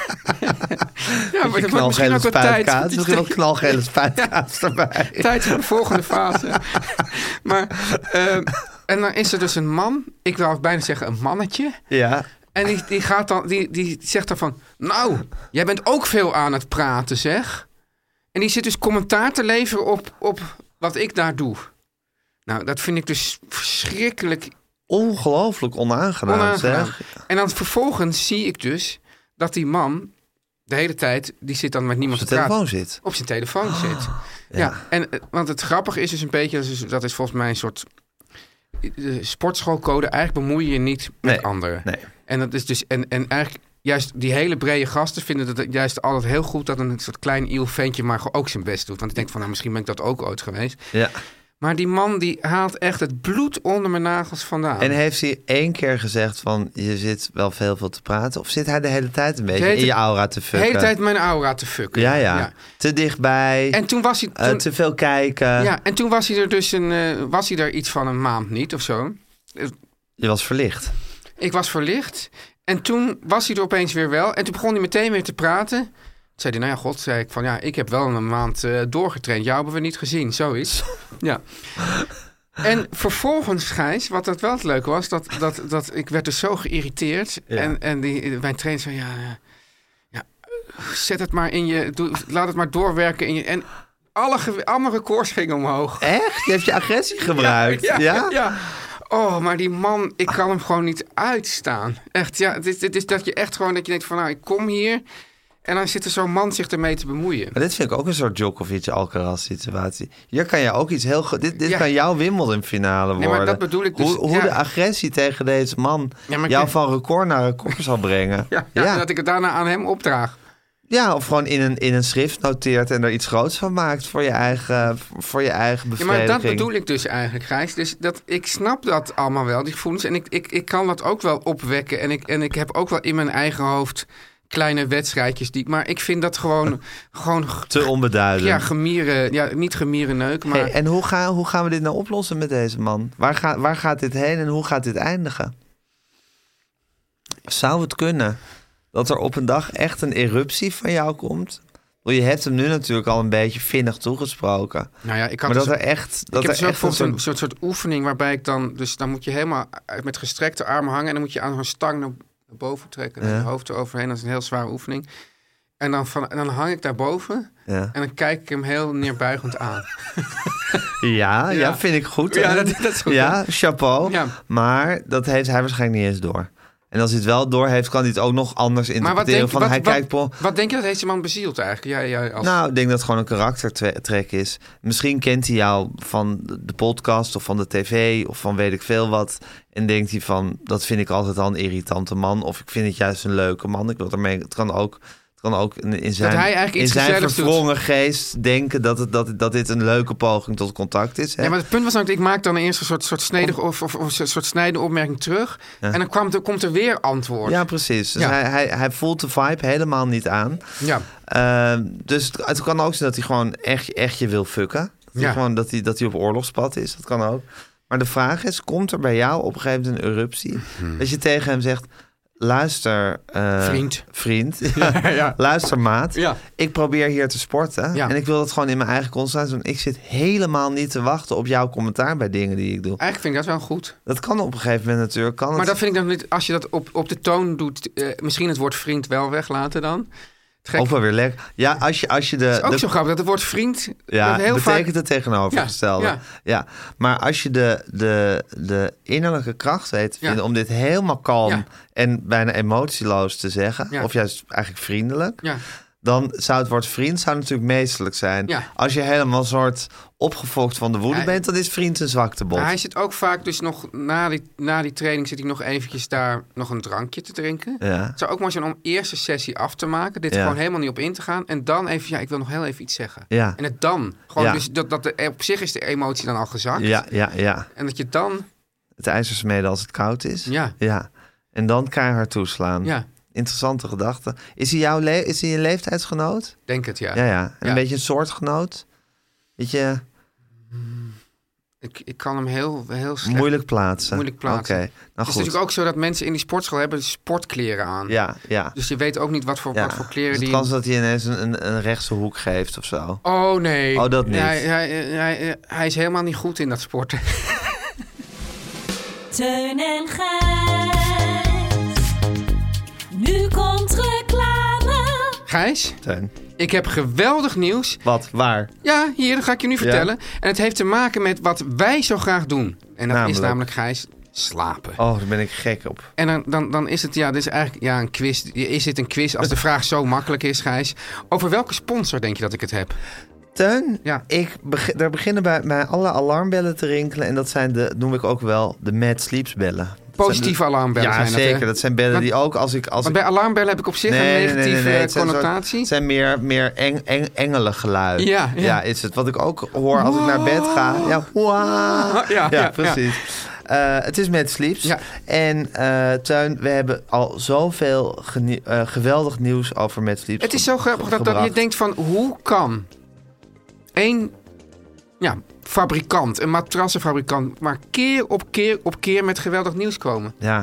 maar er wordt misschien ook wat tijd. spuitkaas. Misschien wel knalgele spuitkaas erbij. Tijd voor de volgende fase. maar, eh, en dan is er dus een man, ik wil bijna zeggen een mannetje. Ja. En die, die, gaat dan, die, die zegt dan van, nou, jij bent ook veel aan het praten, zeg. En die zit dus commentaar te leveren op, op wat ik daar doe. Nou, dat vind ik dus verschrikkelijk Ongelooflijk onaangenaam, onaangenaam. zeg. En dan vervolgens zie ik dus dat die man de hele tijd, die zit dan met Op niemand zijn te praten. telefoon zit. Op zijn telefoon zit. Ja, ja. en, eh, want het grappige is dus een beetje, dat is, dat is volgens mij een soort de sportschoolcode. Eigenlijk bemoei je je niet met Nee, anderen. nee. En dat is dus, en, en eigenlijk juist die hele brede gasten vinden het juist altijd heel goed dat een soort klein iel ventje maar gewoon ook zijn best doet. Want ik denk van, nou, misschien ben ik dat ook ooit geweest. Ja. Maar die man die haalt echt het bloed onder mijn nagels vandaan. En heeft hij één keer gezegd van, je zit wel veel veel te praten? Of zit hij de hele tijd een beetje hele in je tijd- aura te de fucken? hele tijd mijn aura te fucken. Ja, ja, Te dichtbij, En toen was hij... eh, Toen, te veel kijken. ja, en toen was hij er dus een, eh, was hij er iets van een maand niet of zo. Je was verlicht. Ik was verlicht. En toen was hij er opeens weer wel. En toen begon hij meteen weer te praten. Toen zei hij, nou ja, god, zei ik van ja, ik heb wel een maand uh, doorgetraind. Jou hebben we niet gezien, zoiets. Ja. En vervolgens, Gijs, wat dat wel het leuke was, dat, dat, dat ik werd dus zo geïrriteerd. Ja. En, en die, mijn trainer zei, ja, ja, zet het maar in je, doe, laat het maar doorwerken in je. En alle, ge- alle records gingen omhoog. Echt? Je hebt je agressie gebruikt? Ja? ja, ja. Oh, maar die man, ik kan hem gewoon niet uitstaan. Echt, ja, het is, het is dat je echt gewoon, dat je denkt van, nou, ik kom hier. En dan zit er zo'n man zich ermee te bemoeien. Maar dit vind ik ook een soort Djokovic-Alcaraz situatie. Hier kan je ook iets heel... Go- dit dit Ja. kan jouw Wimbledon-finale worden. Nee, maar dat bedoel ik dus, Hoe, hoe ja. de agressie tegen deze man Ja, maar jou ik- van record naar record zal brengen. Ja, ja, en dat ik het daarna aan hem opdraag. Ja, of gewoon in een, in een schrift noteert en er iets groots van maakt voor je eigen, voor je eigen Ja, bevrediging. maar dat bedoel ik dus eigenlijk, Gijs. Dus dat, ik snap dat allemaal wel, die gevoelens. En ik, ik, ik kan dat ook wel opwekken. En ik, en ik heb ook wel in mijn eigen hoofd kleine wedstrijdjes die ik... Maar ik vind dat gewoon... gewoon Te onbeduidend. ja, gemieren... Ja, niet gemieren neuken, maar... Hey, en hoe, gaan hoe gaan we dit nou oplossen met deze man? Waar, ga, waar gaat dit heen en hoe gaat dit eindigen? Zou het kunnen dat er op een dag echt een eruptie van jou komt? Want je hebt hem nu natuurlijk al een beetje vinnig toegesproken. Nou ja, ik had Maar dat dus- er echt... Dat ik heb er dus ook echt een bijvoorbeeld een soort... soort, soort oefening waarbij ik dan... Dus dan moet je helemaal met gestrekte armen hangen... en dan moet je aan zo'n stang naar naar boven trekken... en Ja. je hoofd eroverheen. Dat is een heel zware oefening. En dan, van, en dan hang ik daarboven... Ja. en dan kijk ik hem heel neerbuigend aan. Ja, ja, Ja. vind ik goed. Ja, hè? dat- dat is goed, Ja, chapeau. Ja. Maar dat heeft hij waarschijnlijk niet eens door. En als hij het wel door heeft, kan hij het ook nog anders Maar wat interpreteren. denk, van wat, hij wat, kijkt... po- wat denk je dat deze man bezielt eigenlijk? Jij, jij als... Nou, ik denk dat het gewoon een karaktertrek is. Misschien kent hij jou van de podcast of van de tv of van weet ik veel wat. En denkt hij van, dat vind ik altijd al een irritante man. Of ik vind het juist een leuke man. Ik wil ermee, het kan ook... Het kan ook in in zijn, hij eigenlijk in iets zijn gezelligs doet. verwrongen geest denken dat, het, dat, dat dit een leuke poging tot contact is. Hè? Ja, maar het punt was nou, ik maak dan eerst een soort, soort snedige of, of, of een soort snijdende opmerking terug. En dan kwam er, komt er weer antwoord. Ja, precies. Dus Ja. Hij, hij, hij voelt de vibe helemaal niet aan. Ja. Uh, dus het, het kan ook zijn dat hij gewoon echt, echt je wil fucken. Dat hij, Ja. gewoon, dat, hij, dat hij op oorlogspad is. Dat kan ook. Maar de vraag is, komt er bij jou op een gegeven moment een eruptie? Dat je tegen hem zegt... Luister, uh, Vriend. Vriend. Ja, ja. Luister, maat. Ja. Ik probeer hier te sporten. Ja. En ik wil dat gewoon in mijn eigen concentratie doen. Ik zit helemaal niet te wachten op jouw commentaar bij dingen die ik doe. Eigenlijk vind ik dat wel goed. Dat kan op een gegeven moment natuurlijk. Kan Maar het... dat vind ik dan niet, als je dat op, op de toon doet, eh, misschien het woord vriend wel weglaten dan. Het gek- Ook wel weer lekker. Ja, als je, als je de... Het is ook de... zo grappig dat het woord vriend Ja, dat heel betekent vaak... het tegenovergestelde. Ja, Ja, ja. Maar als je de, de, de innerlijke kracht weet te Ja. vinden... om dit helemaal kalm Ja. en bijna emotieloos te zeggen... Ja. of juist eigenlijk vriendelijk... Ja. dan zou het woord vriend zou natuurlijk meestelijk zijn. Ja. Als je helemaal een soort opgefokt van de woede Ja, bent... dan is vriend een zwaktebod. Maar hij zit ook vaak dus nog, na die, na die training zit hij nog eventjes daar nog een drankje te drinken. Ja. Het zou ook mooi zijn om eerst een sessie af te maken, dit Ja. gewoon helemaal niet op in te gaan. En dan even, ja, ik wil nog heel even iets zeggen. Ja. En het dan, gewoon Ja. dus dat, dat de, op zich is de emotie dan al gezakt. Ja, ja, ja. En dat je dan, Het ijzer smeden als het koud is. Ja. ja. En dan keihard toeslaan. ja, Interessante gedachte. Is hij jouw le- is hij een leeftijdsgenoot? denk het, ja. Ja, ja. En Ja. een beetje een soortgenoot? Weet je, Ik, ik kan hem heel, heel slecht... moeilijk plaatsen. Moeilijk plaatsen. Oké, nou Het is goed. natuurlijk ook zo dat mensen in die sportschool hebben sportkleren aan. Ja, ja. Dus je weet ook niet wat voor, ja. wat voor kleren dus het die... kan zijn dat hij ineens een, een, een rechtse hoek geeft of zo. Oh nee. Oh, dat niet. Hij, hij, hij, hij is helemaal niet goed in dat sporten. Teun en Gijs. Nu komt reclame. Gijs, Teun. ik heb geweldig nieuws. Wat? Waar? Ja, hier, dat ga ik je nu vertellen. En het heeft te maken met wat wij zo graag doen. En dat Namelijk? is namelijk, Gijs, slapen. Oh, daar ben ik gek op. En dan, dan, dan is het, ja, dit is eigenlijk ja, een quiz. Is dit een quiz als de vraag zo makkelijk is, Gijs? Over welke sponsor denk je dat ik het heb? Teun, Ja. ik beg- er beginnen bij mij alle alarmbellen te rinkelen. En dat zijn de, noem ik ook wel, de Mad Sleeps bellen. Dat Positieve zijn de- alarmbellen Ja, zijn dat, hè? zeker. Dat zijn bellen Maar- die ook als ik... Als Want ik bij alarmbellen heb ik op zich een negatieve Het zijn connotatie. soort- Het zijn meer, meer eng, eng, engelengeluid. Ja, ja. is het. Wat ik ook hoor als ik naar bed ga. Ja, hoa. Ja, ja, precies. Eh, het is Mad Sleeps. Ja. En eh Teun, we hebben al zoveel genie- eh, geweldig nieuws over Mad Sleeps. Het is zo grappig dat, dat je gebracht. denkt van... hoe kan één ja, fabrikant, een matrassenfabrikant... maar keer op keer op keer met geweldig nieuws komen? Ja.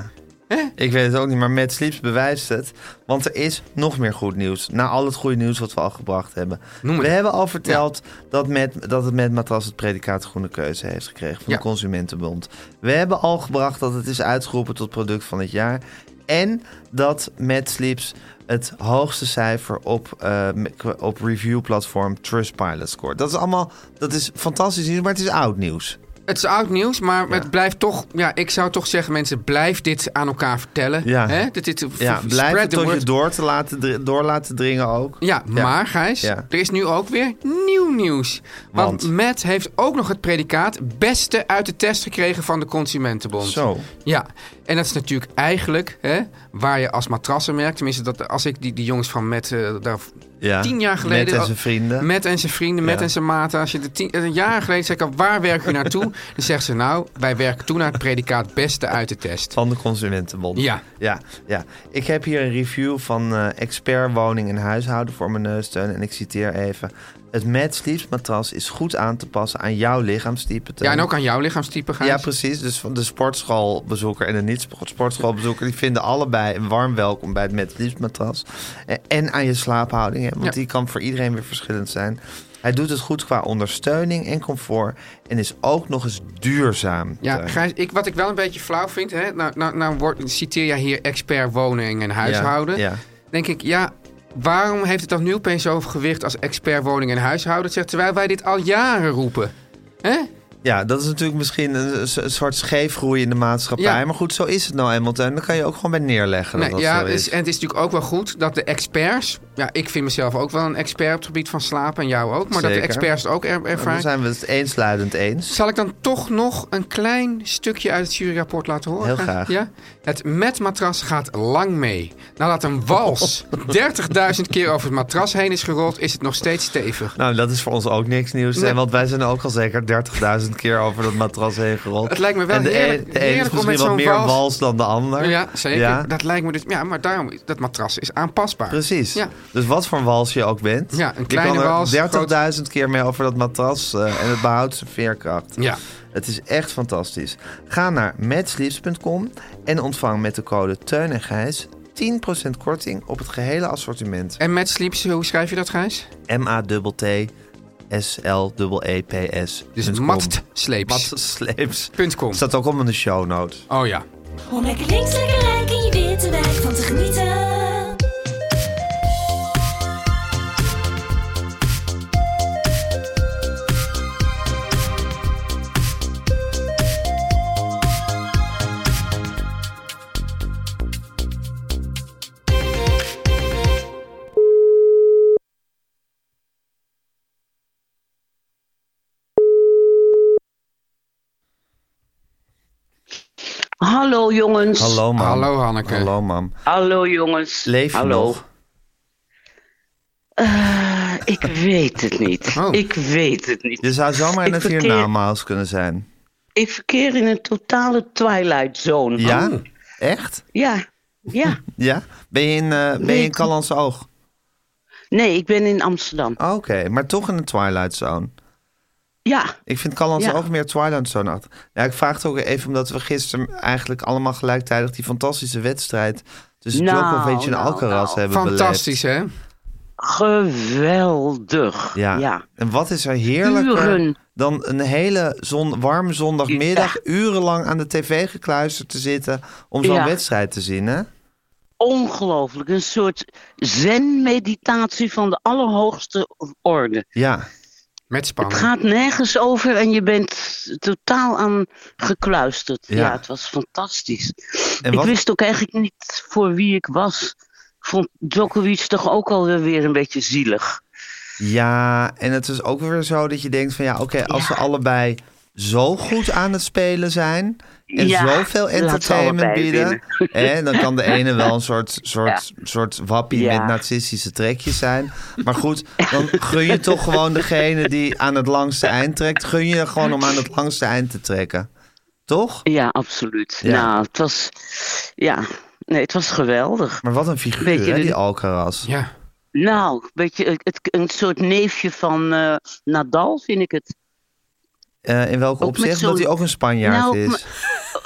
Ik weet het ook niet, maar Mad Sleeps bewijst het. Want er is nog meer goed nieuws. Na al het goede nieuws wat we al gebracht hebben. Noem We het. hebben al verteld ja. dat, met, dat het met matras het predicaat groene keuze heeft gekregen van Ja. de Consumentenbond. We hebben al gebracht dat het is uitgeroepen tot product van het jaar. En dat Mad Sleeps het hoogste cijfer op, uh, op reviewplatform Trustpilot scoort. Dat is allemaal, dat is fantastisch nieuws, maar het is oud nieuws. Het is oud nieuws, maar Ja. het blijft toch... Ja, ik zou toch zeggen, mensen, blijf dit aan elkaar vertellen. Ja, Hè? Dit, dit, ja f- blijf spread het the tot je word. door, te laten, dr- door laten dringen ook. Ja, Ja. maar Gijs, Ja. er is nu ook weer nieuw nieuws. Want, Want? Matt heeft ook nog het predicaat beste uit de test gekregen van de Consumentenbond. Zo. Ja, en dat is natuurlijk eigenlijk hè, waar je als matrassenmerk... Tenminste, dat, als ik die, die jongens van Matt uh, daar Ja. tien jaar geleden... Met en zijn vrienden. Met en zijn vrienden, met Ja. en zijn maten. Als je de tien, een jaar geleden zegt, al, waar werken u naartoe? Dan zegt ze, nou, wij werken toe naar het predicaat beste uit de test. Van de Consumentenbond. Ja. Ja, ja. Ik heb hier een review van uh, Expert Woning en Huishouden voor mijn neus, Teun. En ik citeer even. Het Mad Sleeps matras is goed aan te passen aan jouw lichaamstype, Teun. Ja, en ook aan jouw lichaamstype, Gijs. Ja, precies. Dus van de sportschoolbezoeker en de niet-sportschoolbezoeker... die vinden allebei een warm welkom bij het Mad Sleeps matras. En aan je slaaphouding, hè, want Ja. die kan voor iedereen weer verschillend zijn. Hij doet het goed qua ondersteuning en comfort... en is ook nog eens duurzaam. Ja, Teun. Gijs, ik, wat ik wel een beetje flauw vind... Hè, nou, nou, nou wordt, citeer jij hier expert woning en huishouden. Ja, ja. Denk ik, ja, waarom heeft het dan nu opeens zoveel gewicht... als expert woning en huishouden? Zegt, terwijl wij dit al jaren roepen. Hè? Ja, dat is natuurlijk misschien een, een soort scheefgroei in de maatschappij. Ja. Maar goed, zo is het nou eenmaal. En dan kan je ook gewoon bij neerleggen dat Nee, dat ja, zo is. dus, en het is natuurlijk ook wel goed dat de experts... Ja, ik vind mezelf ook wel een expert op het gebied van slapen. En jou ook. Maar dat de Zeker. experts het ook er, Nou, dan ervaren. zijn we het eensluidend eens. Zal ik dan toch nog een klein stukje uit het juryrapport laten horen? Heel graag. Ja? Het Met-matras gaat lang mee. Nadat een wals dertigduizend keer over het matras heen is gerold... is het nog steeds stevig. Nou, dat is voor ons ook niks nieuws. Nee. Hè, want wij zijn ook al zeker dertigduizend keer over dat matras heen gerold. Het lijkt me wel en de heerlijk- een, de een is heerlijk om misschien met wat zo'n meer wals- wals dan de ander. Ja, zeker. Ja, Dat lijkt me dus... Ja, maar daarom... Dat matras is aanpasbaar. precies. Ja. Dus wat voor wals je ook bent. Ja, een je kleine kan er wals, dertigduizend keer mee over dat matras. Uh, en het behoudt zijn veerkracht. Ja. Het is echt fantastisch. Ga naar madsleeps punt com en ontvang met de code Teun en Gijs tien procent korting op het gehele assortiment. En met Sleeps, hoe schrijf je dat, Gijs? M A T T S L E E P S. Dus matsleeps. Matsleeps. Punt com. Staat ook allemaal in de show notes. Oh ja. Om lekker links, lekker rijk in je witte wijk van te genieten. Hallo jongens. Hallo, mam. Hallo, Hanneke. Hallo, mam. Hallo jongens. Leef je Hallo. nog? Eh, ik weet het niet. Oh. Ik weet het niet. Je zou zomaar in Ik het verkeer- hiernamaals kunnen zijn. Ik verkeer in een totale Twilight Zone. Ja? Oh. Echt? Ja. Ja. Ja? Ben je in, uh, ben je in Nee. Callans Oog? Nee, ik ben in Amsterdam. Oh, Oké, maar toch in de Twilight Zone. Ja. Ik vind Callans Ja. Oog meer Twilight Zone achter. Ja, ik vraag het ook even omdat we gisteren eigenlijk allemaal gelijktijdig die fantastische wedstrijd tussen Nou, Djokovic en nou, Alcaraz nou. hebben Fantastisch, hè? Geweldig. Ja. Ja. En wat is er heerlijker Uren. dan een hele zon, warme zondagmiddag urenlang aan de tv gekluisterd te zitten om zo'n Ja. wedstrijd te zien, hè? Ongelooflijk. Een soort zen-meditatie van de allerhoogste orde. Ja. Met Het spanning. gaat nergens over en je bent totaal aan gekluisterd. Ja. Ja, het was fantastisch. En Ik wat, wist ook eigenlijk niet voor wie ik was. Ik vond Djokovic toch ook alweer een beetje zielig. ja, en het is ook weer zo dat je denkt van ja, oké, als Ja. ze allebei zo goed aan het spelen zijn en Ja, zoveel laat ze entertainment allebei bieden, hè, dan kan de ene wel een soort, soort, soort wappie Ja. met narcistische trekjes zijn. Maar goed, dan gun je toch gewoon degene die aan het langste eind trekt, gun je gewoon om aan het langste eind te trekken. Toch? Ja, absoluut. Ja. Nou, het was... Ja, nee, het was geweldig. Maar wat een figuur, Beetje hè, de- die Alcaraz. Ja. Nou, een beetje het, een soort neefje van eh, Nadal, vind ik het. Uh, in welke Ook met opzicht? zo'n- Dat hij ook een Spanjaard Nou, is. maar-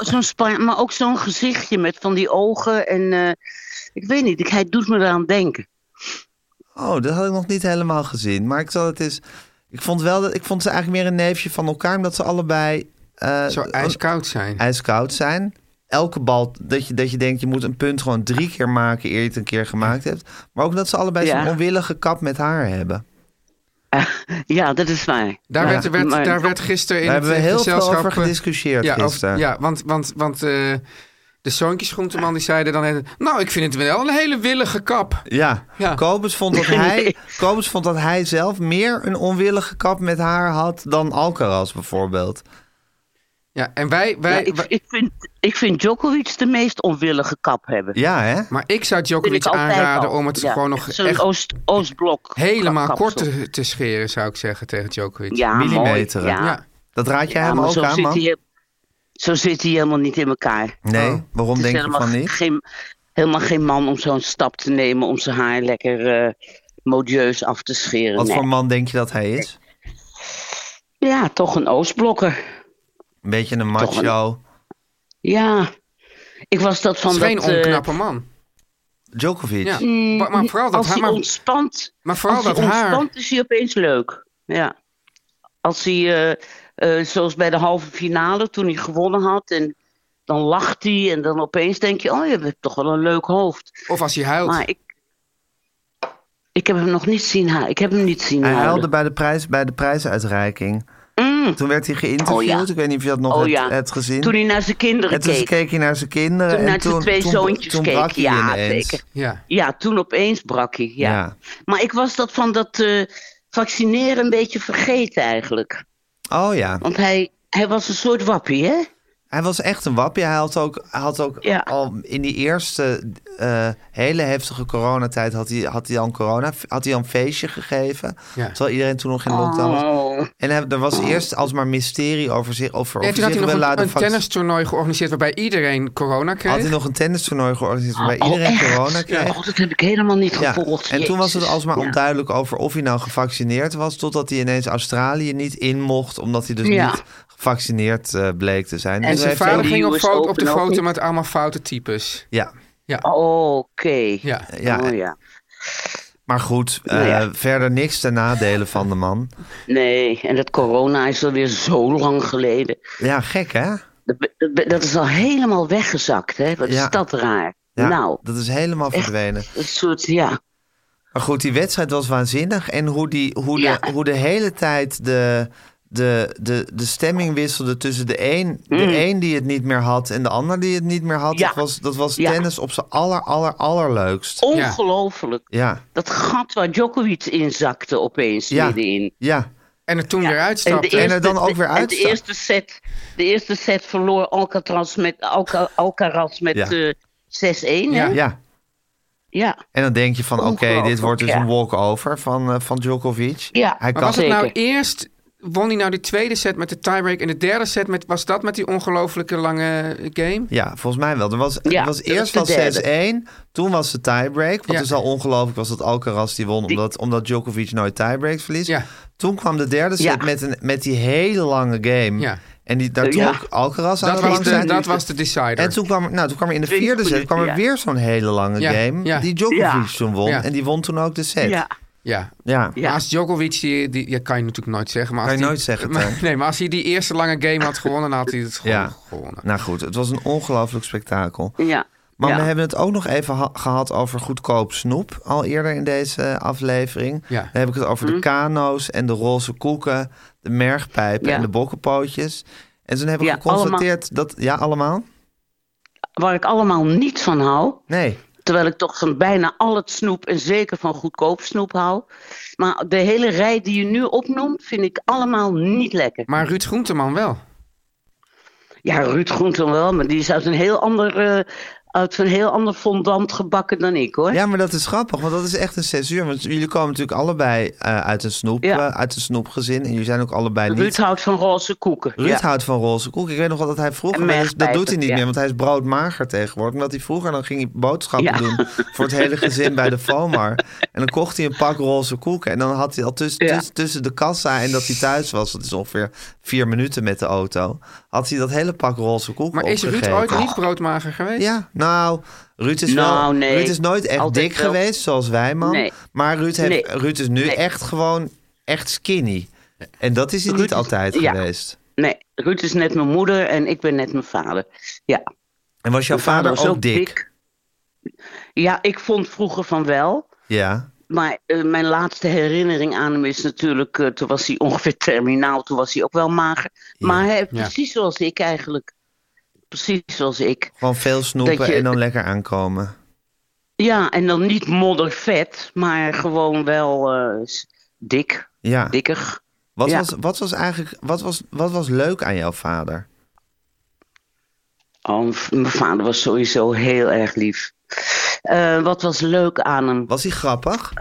zo'n Span- maar ook zo'n gezichtje met van die ogen. En eh, ik weet niet, ik, hij doet me eraan denken. Oh, dat had ik nog niet helemaal gezien. Maar ik zal het eens... Ik vond wel dat ik vond ze eigenlijk meer een neefje van elkaar, omdat ze allebei uh, Zo ijskoud zijn. ijskoud zijn. Elke bal dat je, dat je denkt, je moet een punt gewoon drie keer maken eer je het een keer gemaakt hebt. Maar ook dat ze allebei Ja. zo'n onwillige kap met haar hebben. Uh, ja, dat is waar. Daar, Ja, werd, werd, maar- daar werd gisteren in Daar het hebben we heel veel gezelschap... over gediscussieerd ja, over- gisteren. ja, want, want, want uh, de zoontjesgroenteman die zeiden dan... Nou, ik vind het wel een hele willige kap. Ja, Ja. Kobus vond dat hij, Kobus vond dat hij zelf meer een onwillige kap met haar had dan Alcaraz bijvoorbeeld. Ja, en wij... wij, Ja, ik, wij- ik, vind, ik vind Djokovic de meest onwillige kap hebben. Ja, hè? maar ik zou Vind Djokovic ik altijd aanraden al. om het Ja, gewoon nog zo'n echt Oost, Oostblok helemaal kapsel. kort te, te scheren, zou ik zeggen, tegen Djokovic. Ja, Millimeteren. mooi. Ja. Ja. Dat raad jij Ja, hem maar ook zo aan, zit, man? hij, zo zit hij helemaal niet in elkaar. Nee, Oh. waarom Het is denk je helemaal van niet? Geen, helemaal geen man om zo'n stap te nemen om zijn haar lekker uh, modieus af te scheren. Wat Nee. voor man denk je dat hij is? Ja, toch een Oostblokker. Een beetje een Toch macho. Ja, ik was dat van Het is geen dat... uh, onknappe man. Djokovic. Ja. Maar, maar vooral dat als haar... hij Maar, ontspant, maar vooral als hij dat haar... ontspant is hij opeens leuk. Ja. Als hij, uh, uh, zoals bij de halve finale, toen hij gewonnen had... en dan lacht hij en dan opeens denk je... oh, je hebt toch wel een leuk hoofd. Of als hij huilt. Maar ik, ik heb hem nog niet zien huilen. Ik heb hem niet zien Hij huilen. huilde bij de, prijs, bij de prijsuitreiking. Mm. Toen werd hij geïnterviewd. Oh, ja. Ik weet niet of je dat nog Oh, hebt, ja. hebt gezien. Toen hij naar zijn kinderen en toen keek. keek hij naar zijn kinderen. Toen en naar toen, zijn twee toen, zoontjes toen keek. brak hij Ja, ineens. zeker. Ja. Ja, toen opeens brak hij. Ja. Ja. Maar ik was dat van dat uh, vaccineren een beetje vergeten eigenlijk. Oh ja. Want hij, hij was een soort wappie, hè? Hij was echt een wappie. Hij had ook, hij had ook Ja. al in die eerste uh, hele heftige coronatijd... Had hij, had hij al een corona, had hij al een feestje gegeven. Ja. Terwijl iedereen toen nog in lockdown was. Oh. En hij, er was eerst alsmaar mysterie over zich. Over, Ja, over toen had zich hij nog wel een, laten een vac- tennistoernooi georganiseerd waarbij iedereen corona kreeg. Had hij nog een tennistoernooi georganiseerd waarbij Oh, iedereen echt? corona kreeg. Oh, dat heb ik helemaal niet Ja, gevolgd. en toen was het Jezus. alsmaar Ja. onduidelijk over of hij nou gevaccineerd was... totdat hij ineens Australië niet in mocht... omdat hij dus Ja. niet gevaccineerd uh, bleek te zijn. En Dus zijn hij heeft vader heel- ging op, U S foto, op de Open ook foto niet. met allemaal foute types. Ja, Oh, oké. Ja. ja. Oh, ja. Maar goed, uh, Nou ja. verder niks ten nadele van de man. Nee, en dat corona is alweer zo lang geleden. Ja, gek hè? Dat, dat, dat is al helemaal weggezakt, hè? Wat Ja. is dat raar. Ja, Nou, dat is helemaal echt. verdwenen. een soort, ja. Maar goed, die wedstrijd was waanzinnig. En hoe, die, hoe, Ja. de, hoe de hele tijd de, de, de, de stemming wisselde tussen de een, de een die het niet meer had en de ander die het niet meer had. Ja. Dat was, dat was Ja. tennis op zijn aller, aller, allerleukst. Ongelooflijk. Ja, Dat gat waar Djokovic in zakte opeens Ja. middenin. ja. En er toen weer En, uitstapte. de eerste, er dan ook weer de- en de uitstapte. eerste set, de eerste set verloor Alcatraz met, Alca, Alcaraz met Ja. eh, zes-één. Ja. hè? Ja. Ja. En dan denk je van, oké, Ongelooflijk, dit wordt dus ja. een walkover van, uh, van Djokovic. Ja. Hij Maar kan was het nou Zeker. eerst... Won hij nou de tweede set met de tiebreak en de derde set met... Was dat met die ongelofelijke lange game? Ja, volgens mij wel. Er was, Ja, het was dat eerst is de was derde. zes-één. Toen was de tiebreak. Wat Ja. dus al ongelooflijk was dat Alcaraz die won. Omdat, omdat Djokovic nooit tiebreaks verliest. Ja. Toen kwam de derde set Ja. met, een, met die hele lange game. Ja. En die, daar Ja. trok Alcaraz aan Dat de was, lange de, zijde. dat was de decider. En toen kwam, er- nou, toen kwam er in de twintig vierde set minuten, kwam er ja. weer zo'n hele lange Ja, game. ja. Die Djokovic Ja. toen won. Ja. En die won toen ook de set. Ja. Ja. Ja. Ja. Maar als Djokovic, die, die ja, kan je natuurlijk nooit zeggen. Maar als Kan je die- nooit zeggen, maar- Teun. Nee, maar als hij die eerste lange game had gewonnen, dan had hij het gewoon Ja. gewonnen. Nou goed, het was een ongelooflijk spektakel. Ja. Maar ja. we hebben het ook nog even ha- gehad over goedkoop snoep. Al eerder in deze uh, aflevering. Ja. Dan heb ik het over de kano's en de roze koeken. De mergpijpen Ja. en de bokkenpootjes. En toen heb ik Ja, geconstateerd dat... Ja, allemaal? Waar ik allemaal niet van hou. Nee. Terwijl ik toch van bijna al het snoep en zeker van goedkoop snoep hou. Maar de hele rij die je nu opnoemt, vind ik allemaal niet lekker. Maar Ruud Groenteman wel. Ja, Ruud Groenten wel, maar die is uit een heel ander, eh, uit een heel ander fondant gebakken dan ik, hoor. Ja, maar dat is grappig, want dat is echt een censuur. Want jullie komen natuurlijk allebei uh, uit een snoep, Ja. uh, uit een snoepgezin. En jullie zijn ook allebei niet... Ruud houdt van roze koeken. Ruud ja. houdt van roze koek. Ik weet nog wel dat hij vroeger... En maar dat merkpijpen, doet hij niet ja. meer, want hij is broodmager tegenwoordig. Omdat hij vroeger, dan ging hij boodschappen Ja. doen... voor het hele gezin bij de Fomar. En dan kocht hij een pak roze koeken. En dan had hij al tussen, Ja. tussen, tussen de kassa en dat hij thuis was... dat is ongeveer vier minuten met de auto... had hij dat hele pak roze koeken Maar is Ruud opgegeten. ooit niet broodmager geweest? Ja, nou... Ruud is, Nou, wel, nee. Ruud is nooit echt Altijd dik wel. geweest, zoals wij, man. Nee. Maar Ruud, heeft, Nee. Ruud is nu Nee. echt gewoon echt skinny. En dat is hij Ruud niet is- altijd ja. geweest. Nee, Ruud is net mijn moeder en ik ben net mijn vader. Ja. En was jouw Mijn vader, was ook dik? Ja, ik vond vroeger van wel. Ja. Maar eh, mijn laatste herinnering aan hem is natuurlijk... eh, toen was hij ongeveer terminaal, toen was hij ook wel mager. Maar hij, Ja. precies zoals ik eigenlijk. Precies zoals ik. Gewoon veel snoepen Dat je- en dan lekker aankomen. Ja, en dan niet moddervet, maar gewoon wel eh, s- dik, Ja. dikker. Wat, Ja. was, wat was eigenlijk wat was, wat was leuk aan jouw vader? Oh, m- mijn vader was sowieso heel erg lief. Eh, wat was leuk aan hem? Was hij grappig?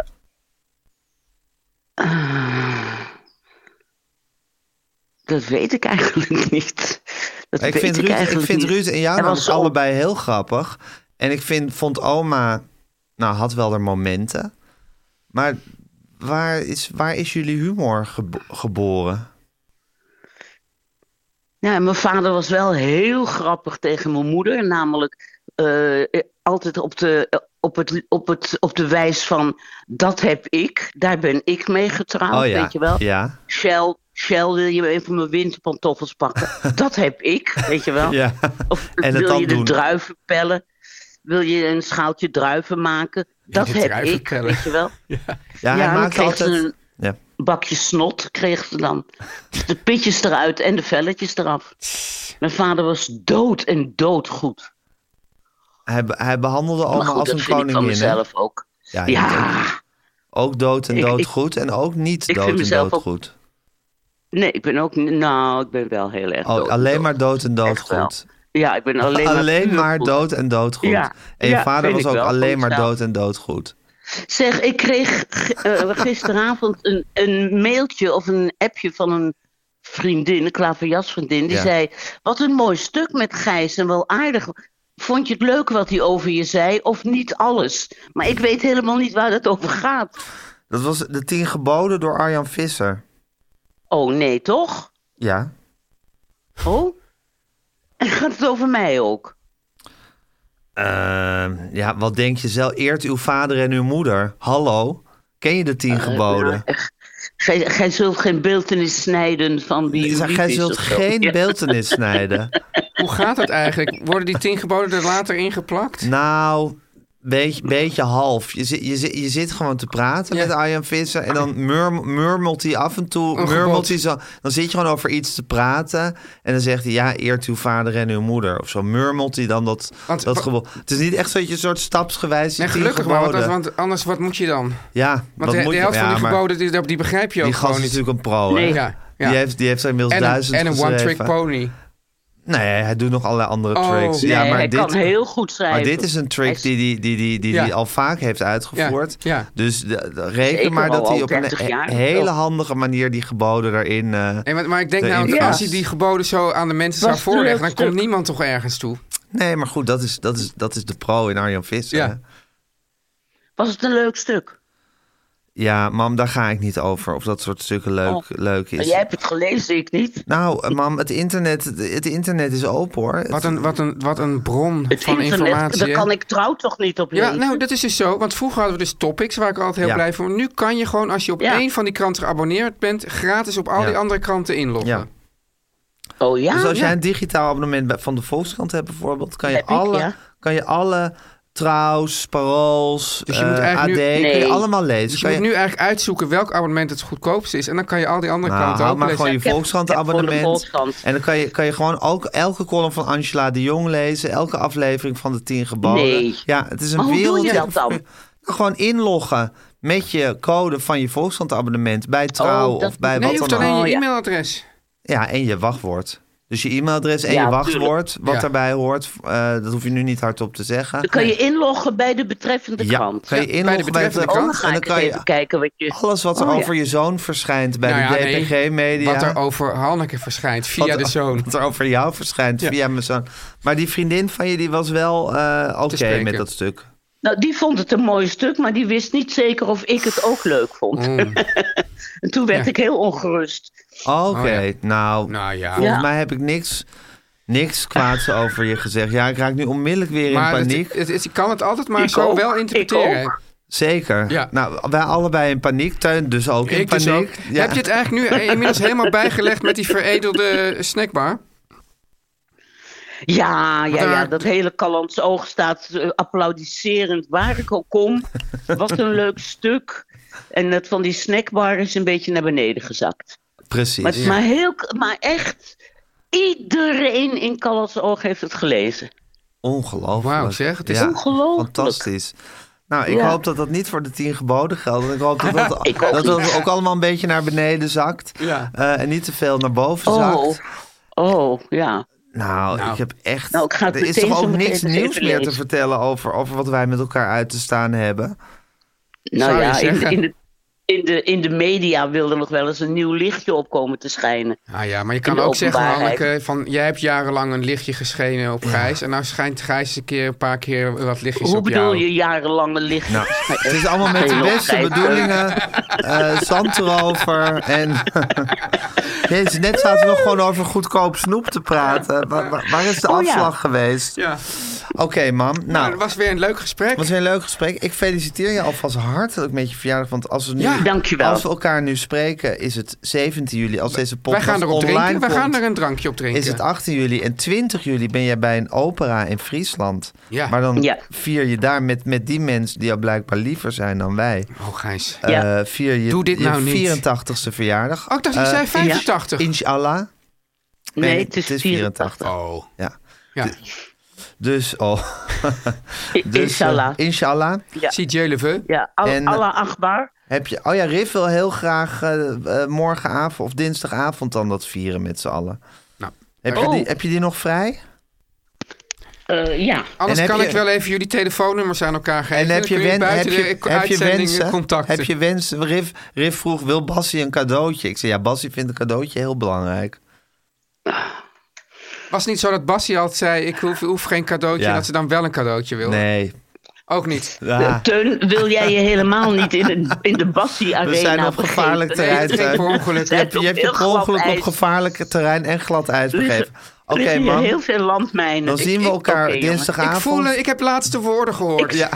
Dat weet ik eigenlijk niet. Dat Ik weet vind, ik Ruud, ik eigenlijk vind niet. Ruud en jou Hij namelijk was zo- allebei heel grappig. En ik vind, vond oma... Nou, had wel er momenten. Maar waar is, waar is jullie humor gebo- geboren? Ja, mijn vader was wel heel grappig tegen mijn moeder. Namelijk eh, altijd op de, op, het, op, het, op de wijs van... dat heb ik, daar ben ik mee getrouwd, Oh ja, weet je wel. ja. Shell, Shell, wil je een van mijn winterpantoffels pakken? Dat heb ik, weet je wel. Ja. Of En het wil dan je de doen. druiven pellen? Wil je een schaaltje druiven maken? Dat de heb druiven ik, pellen. weet je wel. Ja, Ja, hij dan maakt kreeg ze altijd... een Ja. bakje snot, kreeg ze dan. De pitjes eruit en de velletjes eraf. Mijn vader was dood en doodgoed. Hij, be- hij behandelde Maar oma goed, als dat een vind ik van koningin. hè? mezelf ook. Ja, je Ja, bent ook, ook dood en Ik- ik- doodgoed. En ook niet ik dood vind en mezelf ook- doodgoed. nee, ik ben ook... Nou, ik ben wel heel erg Oh, dood. alleen maar dood en Echt wel. doodgoed. Ja, ik ben alleen maar... Alleen puur maar goed. dood en doodgoed. Ja, En je ja, vader vind was ik ook wel, alleen van maar mezelf. dood en doodgoed. Zeg, ik kreeg uh, gisteravond een, een mailtje of een appje van een vriendin, een klaverjasvriendin. Die Ja. zei, wat een mooi stuk met Gijs en wel aardig. Vond je het leuk wat hij over je zei of niet alles? Maar ik weet helemaal niet waar het over gaat. Dat was de tien geboden door Arjan Visser. Oh nee, toch? Ja. Oh? En gaat het over mij ook? Ehm, ja, wat denk je zelf? Eert uw vader en uw moeder. Hallo? Ken je de tien geboden? Gij, gij zult geen beeltenis snijden van wie Ik uw zeg, lief gij is zult of zo. geen Ja. beeltenis snijden. Hoe gaat het eigenlijk? Worden die tien geboden er later ingeplakt? Nou, beetje, beetje half. Je zit, je, zit, je zit gewoon te praten Ja. met Arjan Visser en dan murm, murmelt hij af en toe. Een Murmelt gebod. hij zo, dan zit je gewoon over iets te praten en dan zegt hij, ja, eert uw vader en uw moeder. Of zo murmelt hij dan dat, Want- dat wa- gebod. Het is niet echt zo dat je een soort stapsgewijs Nee, die tien gelukkig maar, want, geboden- want anders wat moet je dan? Ja, Want wat de, moet de je- helft van ja, die maar geboden, die, die begrijp je ook die gast gewoon is niet. natuurlijk een pro, hè? Nee. Ja, ja. Die, heeft, die heeft er inmiddels en een, duizend en een geschreven. one-trick pony. Nee, hij doet nog allerlei andere Oh. tricks. Nee, ja, maar hij dit, kan heel goed schrijven. Maar dit is een Hij trick is- die hij die, die, die, Ja. die al vaak heeft uitgevoerd. Ja, ja. Dus de, de- reken Zeker maar al dat hij al op een dertig he- jaar. hele handige manier die geboden daarin... eh, Nee, maar, maar ik denk De nou, invloed. als hij die geboden zo aan de mensen Was zou het voorleggen, dan leuk komt stuk. niemand toch ergens toe. Nee, maar goed, dat is, dat is, dat is de pro in Arjan Visser. Ja. hè? Was het een leuk stuk? Ja, mam, daar ga ik niet over. Of dat soort stukken leuk, Oh. leuk Maar is. jij hebt het gelezen, ik niet. Nou, eh, mam, het internet, het internet is open, hoor. Wat een, wat een, wat een bron Het van internet, informatie. daar hè? kan ik trouw toch niet op Ja, lezen? nou, dat is dus zo. Want vroeger hadden we dus topics, waar ik altijd heel Ja. blij van. Nu kan je gewoon, als je op Ja. één van die kranten geabonneerd bent, gratis op al Ja. die andere kranten inloggen. Ja. Oh ja? Dus als Ja. jij een digitaal abonnement bij- van de Volkskrant hebt bijvoorbeeld, kan je, Heb ik, alle, ja. kan je alle Trouws, Parols, Dus je moet eh, eigenlijk A D, nu- kan je Nee. allemaal lezen. Dus je Kan moet nu eigenlijk uitzoeken welk abonnement het goedkoopste is. En dan kan je al die andere Nou, kranten hou ook maar lezen. gewoon je Ik heb- Volkskrant ik heb gewoon de abonnement. Volkskrant. En dan kan je, kan je gewoon ook elke column van Angela de Jong lezen. Elke aflevering van de tien geboden. Nee. Ja, het is een Maar hoe doe je wereld. dat dan? Nou, gewoon inloggen met je code van je Volkskrant abonnement bij Trouw Oh, dat- of bij Nee, je wat hoeft dan ook. alleen je Oh, ja. e-mailadres. Ja, en je wachtwoord. Dus je e-mailadres en Ja, je wachtwoord, wat Ja. daarbij hoort, uh, dat hoef je nu niet hardop te zeggen. Dan kan je inloggen bij de betreffende Ja, krant. kan je Ja, bij de inloggen bij de betreffende Oh, dan krant ga en dan ik kan eens je even kijken wat je... alles wat er Oh, ja. over je zoon verschijnt bij Nou de ja, nee, D P G-media. Wat er over Hanneke verschijnt via wat, de zoon. Wat er over jou verschijnt Ja. via mijn zoon. Maar die vriendin van je, die was wel uh, oké spreken. met dat stuk. Nou, die vond het een mooi stuk, maar die wist niet zeker of ik het ook leuk vond. Mm. En toen werd Ja. ik heel ongerust. Oké, Oh, ja. nou, Nou ja. volgens Ja. mij heb ik niks, niks kwaads over je gezegd. Ja, ik raak nu onmiddellijk weer Maar in het, paniek. het, het- je kan het altijd maar Ik zo ook. wel Ik interpreteren. ook. Zeker. Ja. Nou, wij allebei in paniek. Teun dus ook in Ik dus paniek. ook. Ja. Heb je het eigenlijk nu inmiddels helemaal bijgelegd met die veredelde snackbar? Ja, ja, daar- ja, dat hele Callans Oog staat uh, applaudisserend waar ik ook kom. Wat een leuk stuk. En het van die snackbar is een beetje naar beneden gezakt. Precies. Maar, maar, heel, maar echt, iedereen in Callans Oog heeft het gelezen. Ongelooflijk. Wauw, zeg, het is Ja, ongelooflijk. Fantastisch. Nou, ik Ja. hoop dat dat niet voor de tien geboden geldt. En ik hoop dat dat, Ik ook dat, dat niet. ook allemaal een beetje naar beneden zakt. Ja. Uh, en niet te veel naar boven Oh, zakt. oh, ja. Nou, Nou. ik heb echt... Nou, ik ga het er is meteen toch zo ook meteen niks eens nieuws even meer te lezen. vertellen over, over wat wij met elkaar uit te staan hebben. Nou Zou je ja, in, zeggen? in, de, in, de, in de media wil er nog wel eens een nieuw lichtje opkomen te schijnen. Ah ja, maar je In kan de ook zeggen, openbaarheid. Hanneke, van jij hebt jarenlang een lichtje geschenen op Gijs. En nou schijnt Gijs eens een keer een paar keer wat lichtjes Hoe op bedoel jou. je jarenlange lichtjes? Nou, het is allemaal met de Geen beste opschrijven. bedoelingen. Uh, zand erover. En Jezus, net zaten we nog gewoon over goedkoop snoep te praten. Waar, waar- waar is de Oh ja. afslag geweest? Ja, Oké, mam. nou, Nou, het was weer een leuk gesprek. het was weer een leuk gesprek. Ik feliciteer je alvast hartelijk met je verjaardag. Want als we, nu, Ja, dankjewel. als we elkaar nu spreken, is het zeventien juli. Als deze Wij podcast gaan erop online drinken. Wij komt, gaan er een drankje op drinken. is het achttien juli. En twintig juli ben jij bij een opera in Friesland. Ja. Maar dan Ja. vier je daar met, met die mensen die jou blijkbaar liever zijn dan wij. Oh, Gijs. Ja. Eh, vier je, Doe dit je nou niet. vierentachtigste verjaardag. Oh, ik dacht, je Eh, zei vijfentachtig. Inshallah. Nee, Nee, het is, het is vierentachtig. Oh, Ja. ja. Dus, oh. I- Dus, Inshallah. eh, inshallah. Ja. C J Leveux. Ja, al, En- Allah Akbar. Heb je, oh ja, Riff wil heel graag eh, eh, morgenavond of dinsdagavond dan dat vieren met z'n allen. Nou, Heb, Oh. je die, heb je die nog vrij? Eh, ja. anders En heb kan je- ik wel even jullie telefoonnummers aan elkaar geven. En heb Dan je, kun wen, buiten heb je, de heb je uitzendingen wensen? contacten. Heb je wensen? Riff, Riff vroeg, wil Bassie een cadeautje? Ik zei, ja, Bassie vindt een cadeautje heel belangrijk. Was het niet zo dat Bassie altijd zei, ik hoef, hoef geen cadeautje, Ja. en dat ze dan wel een cadeautje wilde? Nee. Ook niet. Ja. Teun, wil jij je helemaal niet in de, in de Bassie-arena We zijn op begeven? gevaarlijk terrein. Nee, het ging per ongeluk. Je hebt je, je, hebt je Heel per ongeluk glad op ijs. gevaarlijk terrein en glad ijs begeven. Liggen- Oké, liggen hier man. heel veel landmijnen. Dan Ik- zien we ik- elkaar oké, jongens. dinsdagavond. Ik voel, eh, ik heb laatste woorden gehoord. Ja,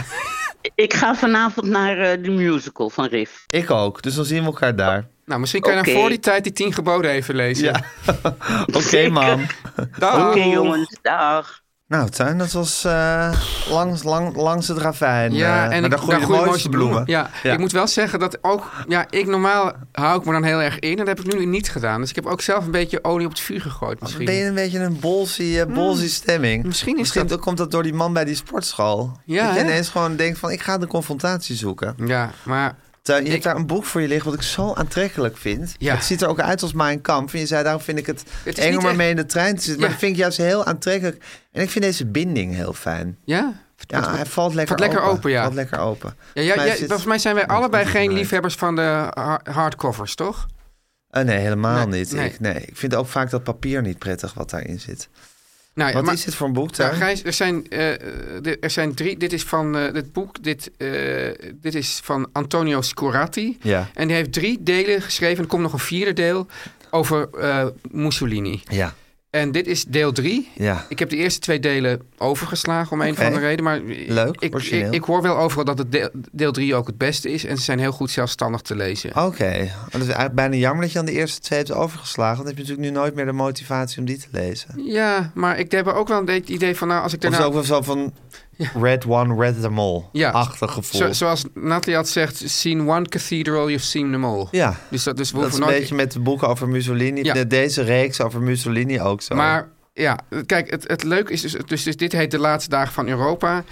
Ik ga vanavond naar eh, de musical van Riff. ik ook. Dus dan zien we elkaar daar. Nou, misschien kan je dan Oké. voor die tijd die tien geboden even lezen. Ja. Oké, Zeker. man. Dag. Oké, jongens. Dag. Nou, Tuin, dat was eh, langs, lang, langs het ravijn. Ja, eh, en maar daar ik- groeien de groeien mooiste bloemen. Ja, Ja. ik moet wel zeggen dat ook... Ja, ik normaal hou ik me dan heel erg in. En dat heb ik nu niet gedaan. Dus ik heb ook zelf een beetje olie op het vuur gegooid misschien. Ben je een beetje een bolsie, uh, bolsie stemming? Misschien is Misschien dat- komt dat door die man bij die sportschool. Ja, dat je hè? ineens gewoon denkt van, ik ga de confrontatie zoeken. Ja, maar... Tuin, je Ik- hebt daar een boek voor je liggen wat ik zo aantrekkelijk vind. Ja. Het ziet er ook uit als Mein Kampf. En je zei, daarom vind ik het, Het is eng niet om ermee echt- in de trein te zitten. Ja. Maar dat vind ik juist heel aantrekkelijk. En ik vind deze binding heel fijn. Ja? Ja, Wat- hij valt lekker, lekker open. open, ja. Valt lekker open. Ja, ja, Volgens mij ja, zit- volgens mij zijn wij Dat allebei is geen belangrijk. liefhebbers van de har- hardcovers, toch? Eh, nee, helemaal Nee, niet. nee. Ik, nee, ik vind ook vaak dat papier niet prettig wat daarin zit. Nou, ja, Wat maar- is dit voor een boek, Ja, Tuin? Gijs, er zijn, eh, de- er zijn drie. Dit is van uh, dit boek. Dit, uh, dit is van Antonio Scorati. Ja. En die heeft drie delen geschreven. Er komt nog een vierde deel over uh, Mussolini. Ja, En dit is deel drie. ja. Ik heb de eerste twee delen overgeslagen om een Oké. of andere reden. Maar Leuk, ik, origineel. ik, ik hoor wel overal dat het deel, deel drie ook het beste is. En ze zijn heel goed zelfstandig te lezen. Oké. Dat is eigenlijk bijna jammer dat je aan de eerste twee hebt overgeslagen. Want dan heb je natuurlijk nu nooit meer de motivatie om die te lezen. Ja, maar ik heb er ook wel een beetje het idee van... Nou, als ik Of is daarna... het ook wel zo van Red One, Red them all. Ja. Achtig gevoel. Zo, zoals Nathalie had zegt, seen one cathedral, you've seen them all. Ja, Dus dat, dus we dat is hoeven een nooit... beetje met de boeken over Mussolini. Ja. De- Deze reeks over Mussolini ook zo. Maar ja, kijk, het, het leuke is dus, dus, dus dit heet De Laatste Dagen van Europa.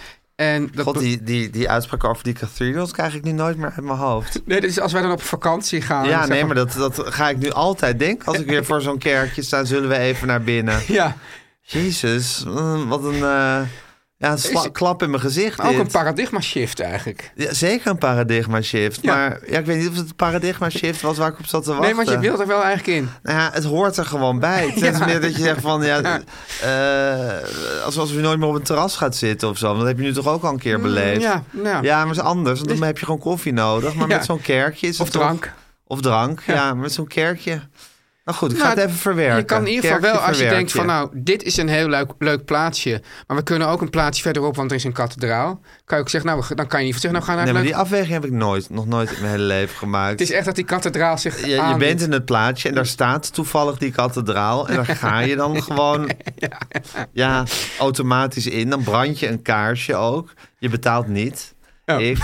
En dat God, be- die, die, die uitspraak over die cathedrals krijg ik nu nooit meer uit mijn hoofd. Nee, dus als wij dan op vakantie gaan... Ja, zeg nee, maar dat, dat ga ik nu altijd denken. Als ik weer voor zo'n kerkje sta, zullen we even naar binnen. Ja, Jezus, mm, wat een, uh, ja, een sla- Is- klap in mijn gezicht. ook dit. een paradigma shift eigenlijk. Ja, zeker een paradigma shift. Ja. Maar ja, ik weet niet of het een paradigma shift was waar ik op zat te wachten. Nee, want je wilt er wel eigenlijk in. Nou ja, het hoort er gewoon bij. Het is Ja. meer dat je zegt van, ja, uh, alsof je nooit meer op een terras gaat zitten of zo. Dat heb je nu toch ook al een keer beleefd. Ja, nou. Ja, maar het is anders. Want dan heb je gewoon koffie nodig. Maar Ja. met zo'n kerkje is Of het toch- drank. Of drank, ja. ja. Met zo'n kerkje. Nou goed, ik ga Nou, het even verwerken. Je kan in ieder geval wel, Kerkje als je denkt verwerken. van nou, dit is een heel leuk, leuk plaatsje. Maar we kunnen ook een plaatsje verderop, want er is een kathedraal. Kan je ook zeggen, nou, we- dan kan je niet zeggen, nou, we gaan naar Nee, maar het die leuk. afweging heb ik nooit, nog nooit in mijn hele leven gemaakt. Het is echt dat die kathedraal zich Je, je aanbiedt. bent in het plaatsje en daar staat toevallig die kathedraal. En daar ga je dan gewoon ja, automatisch in. Dan brand je een kaarsje ook. Je betaalt niet. Ja. Ik.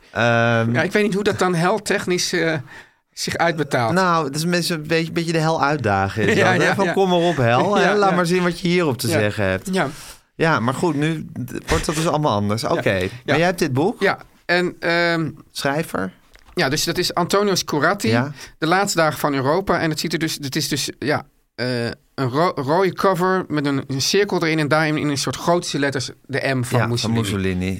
Ehm, Ja, ik weet niet hoe dat dan heldtechnisch eh zich uitbetaalt. nou, het is een beetje, een beetje, een beetje de hel uitdagen. Is Ja, dat, hè? ja, Van ja. kom maar op hel. hè? Ja, Laat ja. maar zien wat je hierop te Ja. zeggen hebt. Ja, Ja, maar goed, nu wordt dat dus allemaal anders. Oké, maar Ja. jij hebt dit boek. ja. En ehm, Schrijver. ja, dus dat is Antonio Scoratti, Ja. De laatste dagen van Europa. En het ziet er dus, het is dus, ja, eh, een ro- rode cover met een, een cirkel erin en daarin in een soort gotische letters de M van ja, Mussolini. van Mussolini.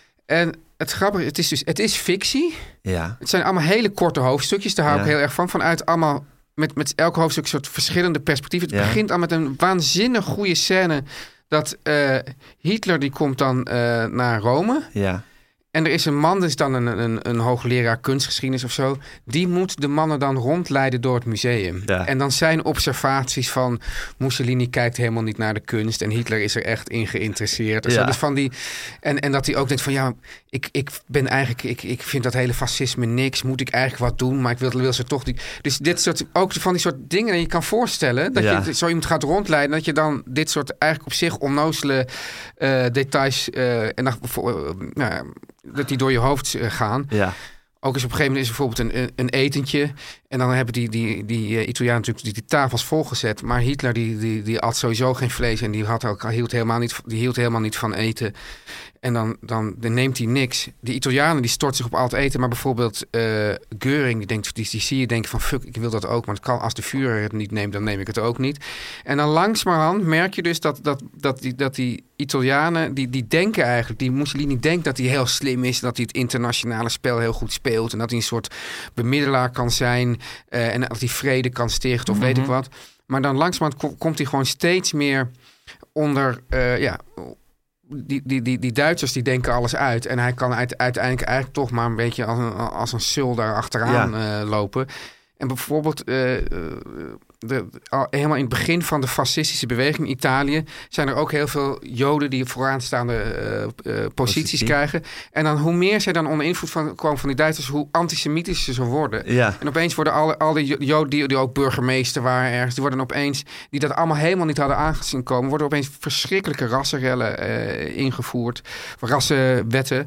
En het grappige, het is dus, het is fictie. Ja. Het zijn allemaal hele korte hoofdstukjes. Daar hou Ja. ik heel erg van. Vanuit allemaal met, met elk hoofdstuk een soort verschillende perspectieven. Het Ja. begint al met een waanzinnig goede scène. Dat eh, Hitler die komt dan eh, naar Rome. Ja. En er is een man, dat is dan een, een, een hoogleraar kunstgeschiedenis of zo. Die moet de mannen dan rondleiden door het museum. Ja. En dan zijn observaties van Mussolini kijkt helemaal niet naar de kunst. En Hitler is er echt in geïnteresseerd. of zo. Ja. Dus van die, en, en dat hij ook denkt van ja, ik, ik ben eigenlijk, ik, ik vind dat hele fascisme niks. Moet ik eigenlijk wat doen? Maar ik wil, wil ze toch die. Dus dit soort, ook van die soort dingen die je kan voorstellen. Dat Ja. je zo iemand gaat rondleiden. Dat je dan dit soort eigenlijk op zich onnozele eh, details. eh, en dan, uh, nou ja, dat die door je hoofd eh, gaan. Ja. Ook eens op een gegeven moment is er bijvoorbeeld een, een etentje. En dan hebben die, die, die uh, Italianen natuurlijk die, die tafels volgezet. Maar Hitler die, die, die at sowieso geen vlees. En die, had ook, hield, helemaal niet, die hield helemaal niet van eten. En dan, dan, dan neemt hij niks. Die Italianen die stort zich op al het eten. Maar bijvoorbeeld uh, Göring, die, denkt, die, die zie je denken van fuck, ik wil dat ook. Maar het kan, als de Führer het niet neemt, dan neem ik het ook niet. En dan langzamerhand merk je dus dat, dat, dat, die, dat die Italianen, die, die denken eigenlijk, die Mussolini denkt dat hij heel slim is. Dat hij het internationale spel heel goed speelt. En dat hij een soort bemiddelaar kan zijn. Uh, en dat hij vrede kan stichten of mm-hmm. weet ik wat. Maar dan langzamerhand kom, komt hij gewoon steeds meer onder, uh, ja... Die, die, die, die Duitsers die denken alles uit. En hij kan uit, uiteindelijk eigenlijk toch maar een beetje als een, als een sul daar achteraan ja. uh, lopen. En bijvoorbeeld uh, de, al, helemaal in het begin van de fascistische beweging in Italië zijn er ook heel veel Joden die vooraanstaande uh, uh, posities Positie. krijgen. En dan hoe meer zij dan onder invloed van, komen van die Duitsers, hoe antisemitischer ze worden. Ja. En opeens worden alle, al die Joden die, die ook burgemeester waren ergens, die worden opeens, die dat allemaal helemaal niet hadden aangezien komen, worden opeens verschrikkelijke rassenrellen uh, ingevoerd. Rassenwetten.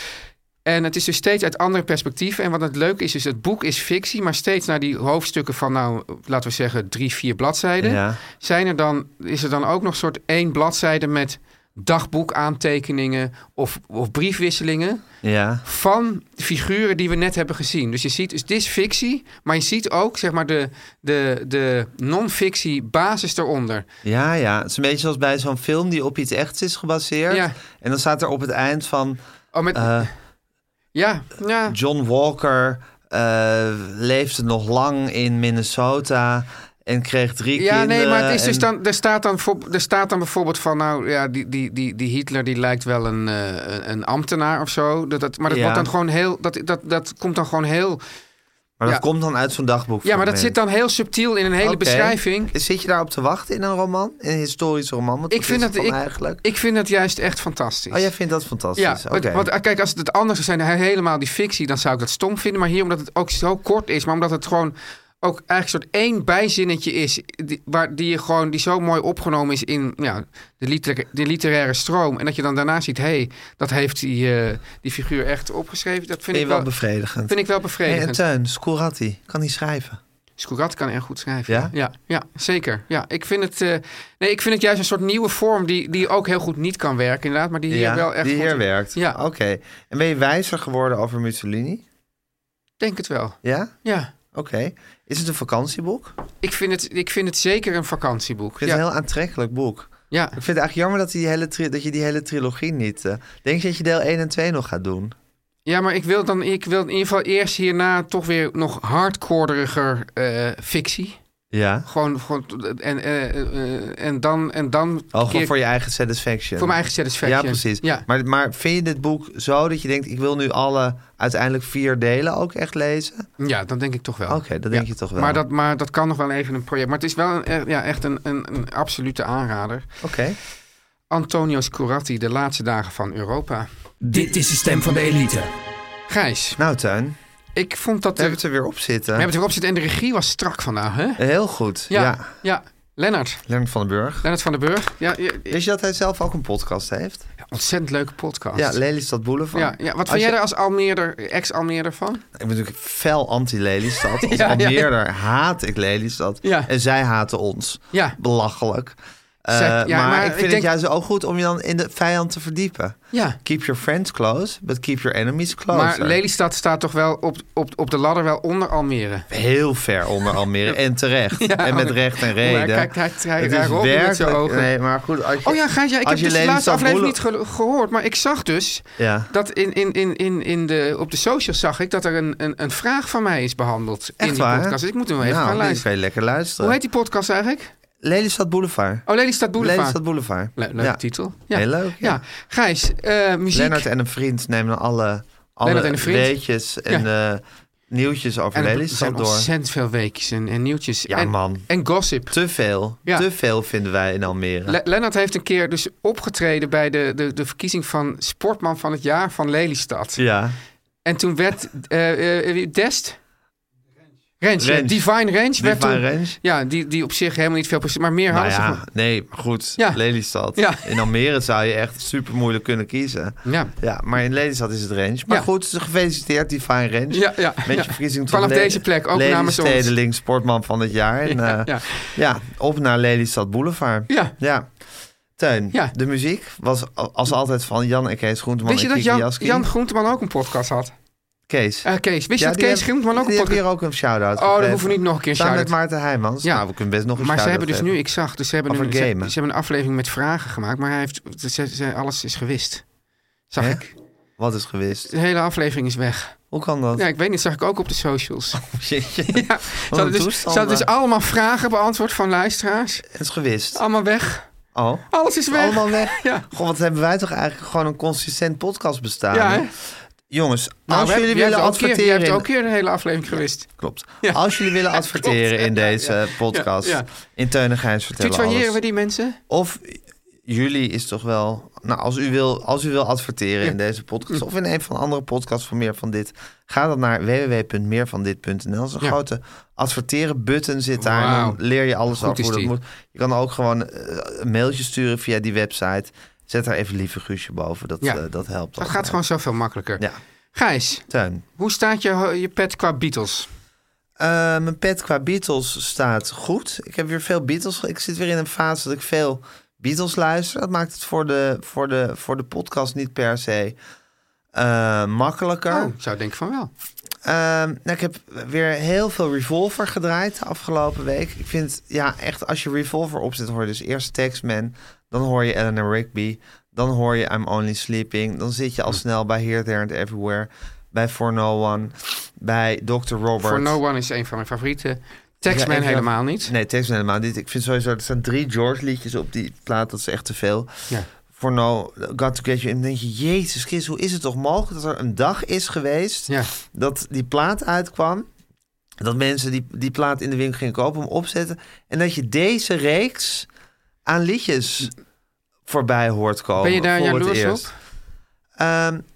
En het is dus steeds uit andere perspectieven. En wat het leuke is, is het boek is fictie, maar steeds naar die hoofdstukken van, nou, laten we zeggen, drie, vier bladzijden. Ja. Zijn er dan, is er dan ook nog een soort één bladzijde met dagboekaantekeningen of, of briefwisselingen ja. van de figuren die we net hebben gezien. Dus je ziet, dus dit is fictie, maar je ziet ook, zeg maar, de, de, de non-fictie basis eronder. Ja, ja. Het is een beetje zoals bij zo'n film die op iets echts is gebaseerd. Ja. En dan staat er op het eind van... Oh, met... Uh, Ja, ja. John Walker uh, leefde nog lang in Minnesota en kreeg drie ja, kinderen. Ja, nee, maar het is en... dus dan, er, staat dan, er staat dan bijvoorbeeld van, nou ja, die, die, die, die Hitler die lijkt wel een, uh, een ambtenaar of zo. Dat, dat, maar dat ja. wordt dan gewoon heel, dat, dat, dat komt dan gewoon heel... Maar dat ja. komt dan uit zo'n dagboek. Ja, maar dat zit dan heel subtiel in een hele okay. beschrijving. Zit je daarop te wachten in een roman? In een historische roman? Wat ik, vind dat, ik, eigenlijk? ik vind dat juist echt fantastisch. Oh, jij vindt dat fantastisch? Ja, okay. want, want kijk, als het anders zou zijn, helemaal die fictie, dan zou ik dat stom vinden. Maar hier, omdat het ook zo kort is, maar omdat het gewoon ook eigenlijk een soort één bijzinnetje is, die, waar, die, je gewoon, die zo mooi opgenomen is in ja, de, liter, de literaire stroom. En dat je dan daarna ziet, hé, hey, dat heeft die, uh, die figuur echt opgeschreven. Dat vind, vind ik wel bevredigend. Vind ik wel bevredigend. Hey, en Teun, Scoratti, kan hij schrijven? Scurat kan erg goed schrijven. Ja? Ja, ja zeker. Ja, ik, vind het, uh, nee, ik vind het juist een soort nieuwe vorm die, die ook heel goed niet kan werken inderdaad. Maar die hier ja, wel echt die goed... hier werkt. Ja. Oké. Okay. En ben je wijzer geworden over Mussolini? Denk het wel. Ja? Ja. Oké. Okay. Is het een vakantieboek? Ik vind het, ik vind het zeker een vakantieboek. Ik vind ja. het een heel aantrekkelijk boek. Ja. Ik vind het eigenlijk jammer dat, die hele tri- dat je die hele trilogie niet... Uh, denk je dat je deel één en twee nog gaat doen? Ja, maar ik wil dan ik wil in ieder geval eerst hierna toch weer nog hardcoreiger uh, fictie. Ja. Gewoon, gewoon en, uh, uh, en dan... En dan oh, gewoon voor je eigen satisfaction. Voor mijn eigen satisfaction. Ja, precies. Ja. Maar, maar vind je dit boek zo dat je denkt... ik wil nu alle uiteindelijk vier delen ook echt lezen? Ja, dan denk ik toch wel. Oké, okay, dat denk ja. je toch wel. Maar dat, maar dat kan nog wel even een project. Maar het is wel een, ja, echt een, een, een absolute aanrader. Oké. Okay. Antonio Scuratti, De laatste dagen van Europa. Dit is de stem van de elite. Gijs. Nou, Teun. Ik vond dat... We hebben het er weer op zitten. We hebben het er op zitten en de regie was strak vandaag, hè? Heel goed, ja. Ja, ja. Lennart. Lennart van den Burg. Lennart van den Burg. Ja, ja, Wist je dat hij zelf ook een podcast heeft? Ja, ontzettend leuke podcast. Ja, Lelystad Boulevard. Ja, ja. Wat vind jij je... er als Almeerder, ex-Almeerder van? Ik ben natuurlijk fel anti-Lelystad. Als ja, Almeerder ja, ja. haat ik Lelystad. Ja. En zij haten ons. Ja. Belachelijk. Uh, Zij, ja, maar, maar ik vind ik denk... het juist ook goed om je dan in de vijand te verdiepen. Ja. Keep your friends close, but keep your enemies closer. Maar Lelystad staat toch wel op, op, op de ladder wel onder Almere. Heel ver onder Almere. En terecht. Ja, en met recht en reden. Kijk, hij, hij, het hij is rolt met zijn ogen. Nee, maar goed. Als je, oh ja, Gijs, ja, ik heb dus de laatste aflevering niet ge- gehoord. Maar ik zag dus ja. dat in, in, in, in, in de, op de socials zag ik dat er een, een, een vraag van mij is behandeld. Echt in die waar? podcast. Dus ik moet hem even nou, gaan luisteren. Kan je lekker luisteren. Hoe heet die podcast eigenlijk? Lelystad Boulevard. Oh, Lelystad Boulevard. Lelystad Boulevard. Le- leuke ja. titel. Ja. Heel leuk. Ja, ja. Gijs, uh, muziek. Lennart en een vriend nemen alle, alle weetjes en ja. uh, nieuwtjes over en Lelystad door. Er zijn ontzettend veel weetjes en, en nieuwtjes. Ja, en, man. En gossip. Te veel. Ja. Te veel vinden wij in Almere. Le- Lennart heeft een keer dus opgetreden bij de, de, de verkiezing van Sportman van het Jaar van Lelystad. Ja. En toen werd uh, uh, Dest... Range, Range. Divine Range. Divine werd toen, Range. Ja, die, die op zich helemaal niet veel precies, maar meer hadden nou ja, ze... Nee, goed. Ja. Lelystad. Ja. In Almere zou je echt super moeilijk kunnen kiezen. Ja. Ja, maar in Lelystad is het Range. Maar ja. goed, gefeliciteerd Divine Range. Ja, ja, met ja. je verkiezing tot vanaf Le- deze plek, ook namens ons. Lelystedeling Sportman van het jaar. En, ja, uh, ja. ja, op naar Lelystad Boulevard. Ja. Ja. Teun, ja. de muziek was als altijd van Jan en Kees Groenteman. Wist je en dat Kiki Jan, Jaskin? Jan Groenteman ook een podcast had? Kees. Uh, Kees. Wist je ja, dat Kees Groenteman ook een podcast had? Die hebben hier ook een shout-out Oh, dan hoeven we niet nog een keer een shout-out. shout-out. Samen met Maarten Heijmans. Ja. Nou, we kunnen best nog een maar shout-out ze hebben dus geven. nu, ik zag, dus ze hebben, Over een, ze, gamen. ze hebben een aflevering met vragen gemaakt, maar hij heeft, ze, ze, alles is gewist. Zag Hè? ik. Wat is gewist? De hele aflevering is weg. Hoe kan dat? Ja, ik weet niet, zag ik ook op de socials. Oh, jeetje. Ja, ze hadden dus, ze hadden dus allemaal vragen beantwoord van luisteraars. Het is gewist. Allemaal weg. Oh. Alles is weg. Allemaal weg? Ja. Goh, wat hebben wij toch eigenlijk gewoon een consistent podcast bestaan. Ja, hè? Jongens, Nou, als we jullie hebben, willen je hebt adverteren... Keer, je hebt in- ook keer de hele aflevering gewist. Klopt. Ja. Als jullie willen Ja, adverteren klopt. in deze Ja, ja. podcast, Ja, ja. in Teun en Gijs vertellen Tutoyeren alles. we die mensen? Of jullie is toch wel... Nou, als u wil, als u wil adverteren Ja. in deze podcast... of in een van de andere podcasts van Meer van Dit... ga dan naar w w w punt meer van dit punt n l. Dat is een Ja. grote adverteren-button zit daar. En Wauw. dan leer je alles Goed over is hoe dat die. moet. Je kan ook gewoon uh, een mailtje sturen via die website. Zet daar even lieve Guusje boven. Dat, Ja. uh, dat helpt. Dat ook. gaat gewoon zoveel makkelijker. Ja, Gijs, Teun. hoe staat je, je pet qua Beatles? Uh, mijn pet qua Beatles staat goed. Ik heb weer veel Beatles. Ik zit weer in een fase dat ik veel Beatles luister. Dat maakt het voor de, voor de, voor de podcast niet per se uh, makkelijker. Oh, ik zou denken van wel. Uh, nou, ik heb weer heel veel Revolver gedraaid de afgelopen week. Ik vind, ja, echt, als je Revolver opzet, hoor je dus eerst Taxman. Dan hoor je Eleanor Rigby. Dan hoor je I'm Only Sleeping. Dan zit je al snel bij Here, There and Everywhere. Bij For No One. Bij doctor Robert. For No One is een van mijn favorieten. Taxman Ja, ik- helemaal niet. Nee, Taxman helemaal niet. Ik vind sowieso, er staan drie George liedjes op die plaat. Dat is echt te veel. Ja. For No, Got To Get You. En dan denk je, Jezus Christus, hoe is het toch mogelijk dat er een dag is geweest... Ja. dat die plaat uitkwam... dat mensen die, die plaat in de winkel gingen kopen, om opzetten... en dat je deze reeks aan liedjes voorbij hoort komen. Ben je daar voor het jaloers eerst. op? Um,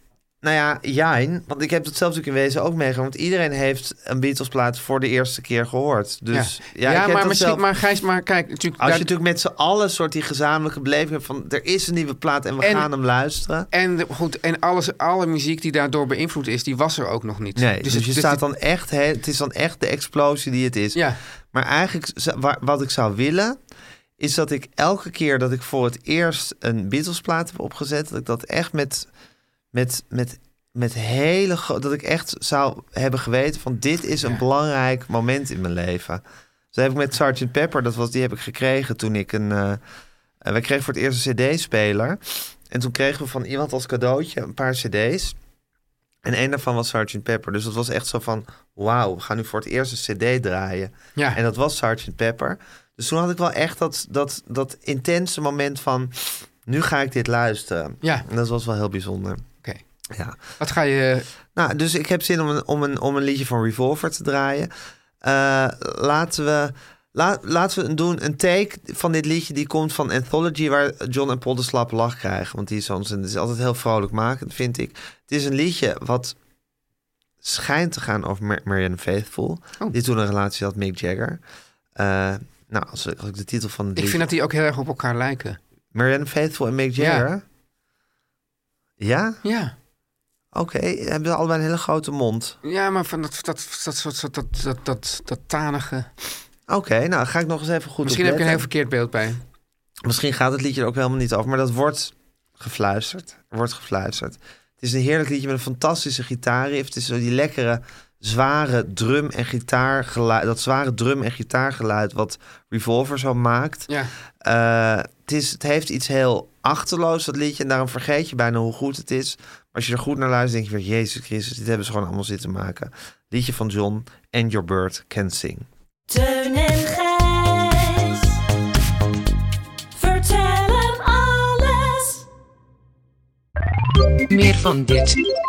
Nou ja, jijn. Want ik heb dat zelf natuurlijk in wezen ook meegemaakt. Want iedereen heeft een Beatles-plaat voor de eerste keer gehoord. Dus ja, ja, ik heb maar dat misschien, zelf... maar Gijs, maar kijk, natuurlijk. Als je daar- natuurlijk met z'n allen soort die gezamenlijke beleving hebt van... er is een nieuwe plaat en we En- gaan hem luisteren. En de- goed, en alles, alle muziek die daardoor beïnvloed is, die was er ook nog niet. Nee, dus, het- je dus staat dit- dan echt... He, het is dan echt de explosie die het is. Ja. Maar eigenlijk, zou- wa- wat ik zou willen... is dat ik elke keer dat ik voor het eerst een Beatles-plaat heb opgezet... dat ik dat echt met... met, met met hele... gro- dat ik echt zou hebben geweten van... dit is een belangrijk moment in mijn leven. Dus dat heb ik met sergeant Pepper... Dat was, die heb ik gekregen toen ik een... Uh, wij kregen voor het eerst een cd-speler. En toen kregen we van iemand als cadeautje een paar cd's. En een daarvan was sergeant Pepper. Dus dat was echt zo van... wauw, we gaan nu voor het eerst een cd draaien. Ja. En dat was sergeant Pepper. Dus toen had ik wel echt dat, dat, dat intense moment van... nu ga ik dit luisteren. Ja. En dat was wel heel bijzonder. Oké. Ja. Wat ga je... Nou, dus ik heb zin om een, om een, om een liedje van Revolver te draaien. Uh, laten we... La, laten we doen een take van dit liedje. Die komt van Anthology, waar John en Paul de slappe lach krijgen. Want die is, soms, het is altijd heel vrolijkmakend, vind ik. Het is een liedje wat schijnt te gaan over Mar- Marianne Faithfull. Oh. Die toen een relatie had met Mick Jagger. Uh, nou, als, als ik de titel van het Ik liedje... vind dat die ook heel erg op elkaar lijken. Marianne Faithfull en Mick Jagger? Ja? Ja? Ja. Oké, okay. Hebben ze allebei een hele grote mond. Ja, maar van dat, dat, dat, dat, dat, dat, dat, dat, dat tanige... Oké, okay, nou ga ik nog eens even goed Misschien heb ik een heel verkeerd beeld bij. Misschien gaat het liedje er ook helemaal niet over, maar dat wordt gefluisterd. Er wordt gefluisterd. Het is een heerlijk liedje met een fantastische gitaarriff. Het is zo die lekkere, zware drum- en gitaargeluid. Dat zware drum- en gitaargeluid wat Revolver zo maakt. Ja. Uh, het, is, het heeft iets heel achterloos, dat liedje. En daarom vergeet je bijna hoe goed het is. Maar als je er goed naar luistert, denk je weer... Jezus Christus, dit hebben ze gewoon allemaal zitten maken. Liedje van John, And Your Bird Can Sing. Teun en Gijs. Vertel hem alles. Meer van dit.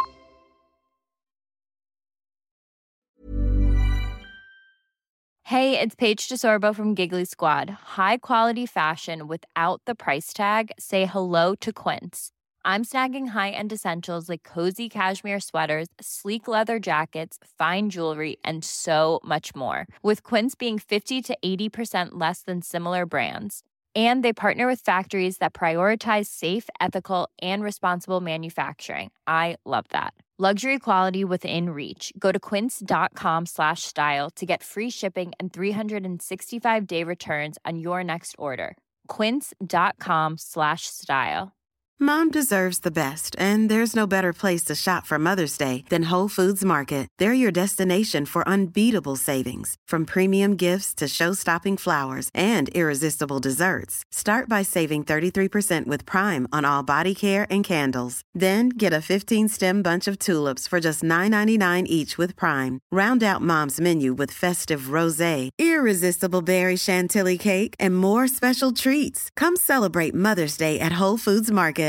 Hey, it's Paige DeSorbo from Giggly Squad. High quality fashion without the price tag. Say hello to Quince. I'm snagging high-end essentials like cozy cashmere sweaters, sleek leather jackets, fine jewelry, and so much more. With Quince being fifty to eighty percent less than similar brands. And they partner with factories that prioritize safe, ethical, and responsible manufacturing. I love that. Luxury quality within reach. Go to quince.com slash style to get free shipping and three sixty-five day returns on your next order. Quince.com slash style. Mom deserves the best, and there's no better place to shop for Mother's Day than Whole Foods Market. They're your destination for unbeatable savings, from premium gifts to show-stopping flowers and irresistible desserts. Start by saving thirty-three percent with Prime on all body care and candles. Then get a fifteen-stem bunch of tulips for just nine ninety-nine each with Prime. Round out Mom's menu with festive rosé, irresistible berry chantilly cake, and more special treats. Come celebrate Mother's Day at Whole Foods Market.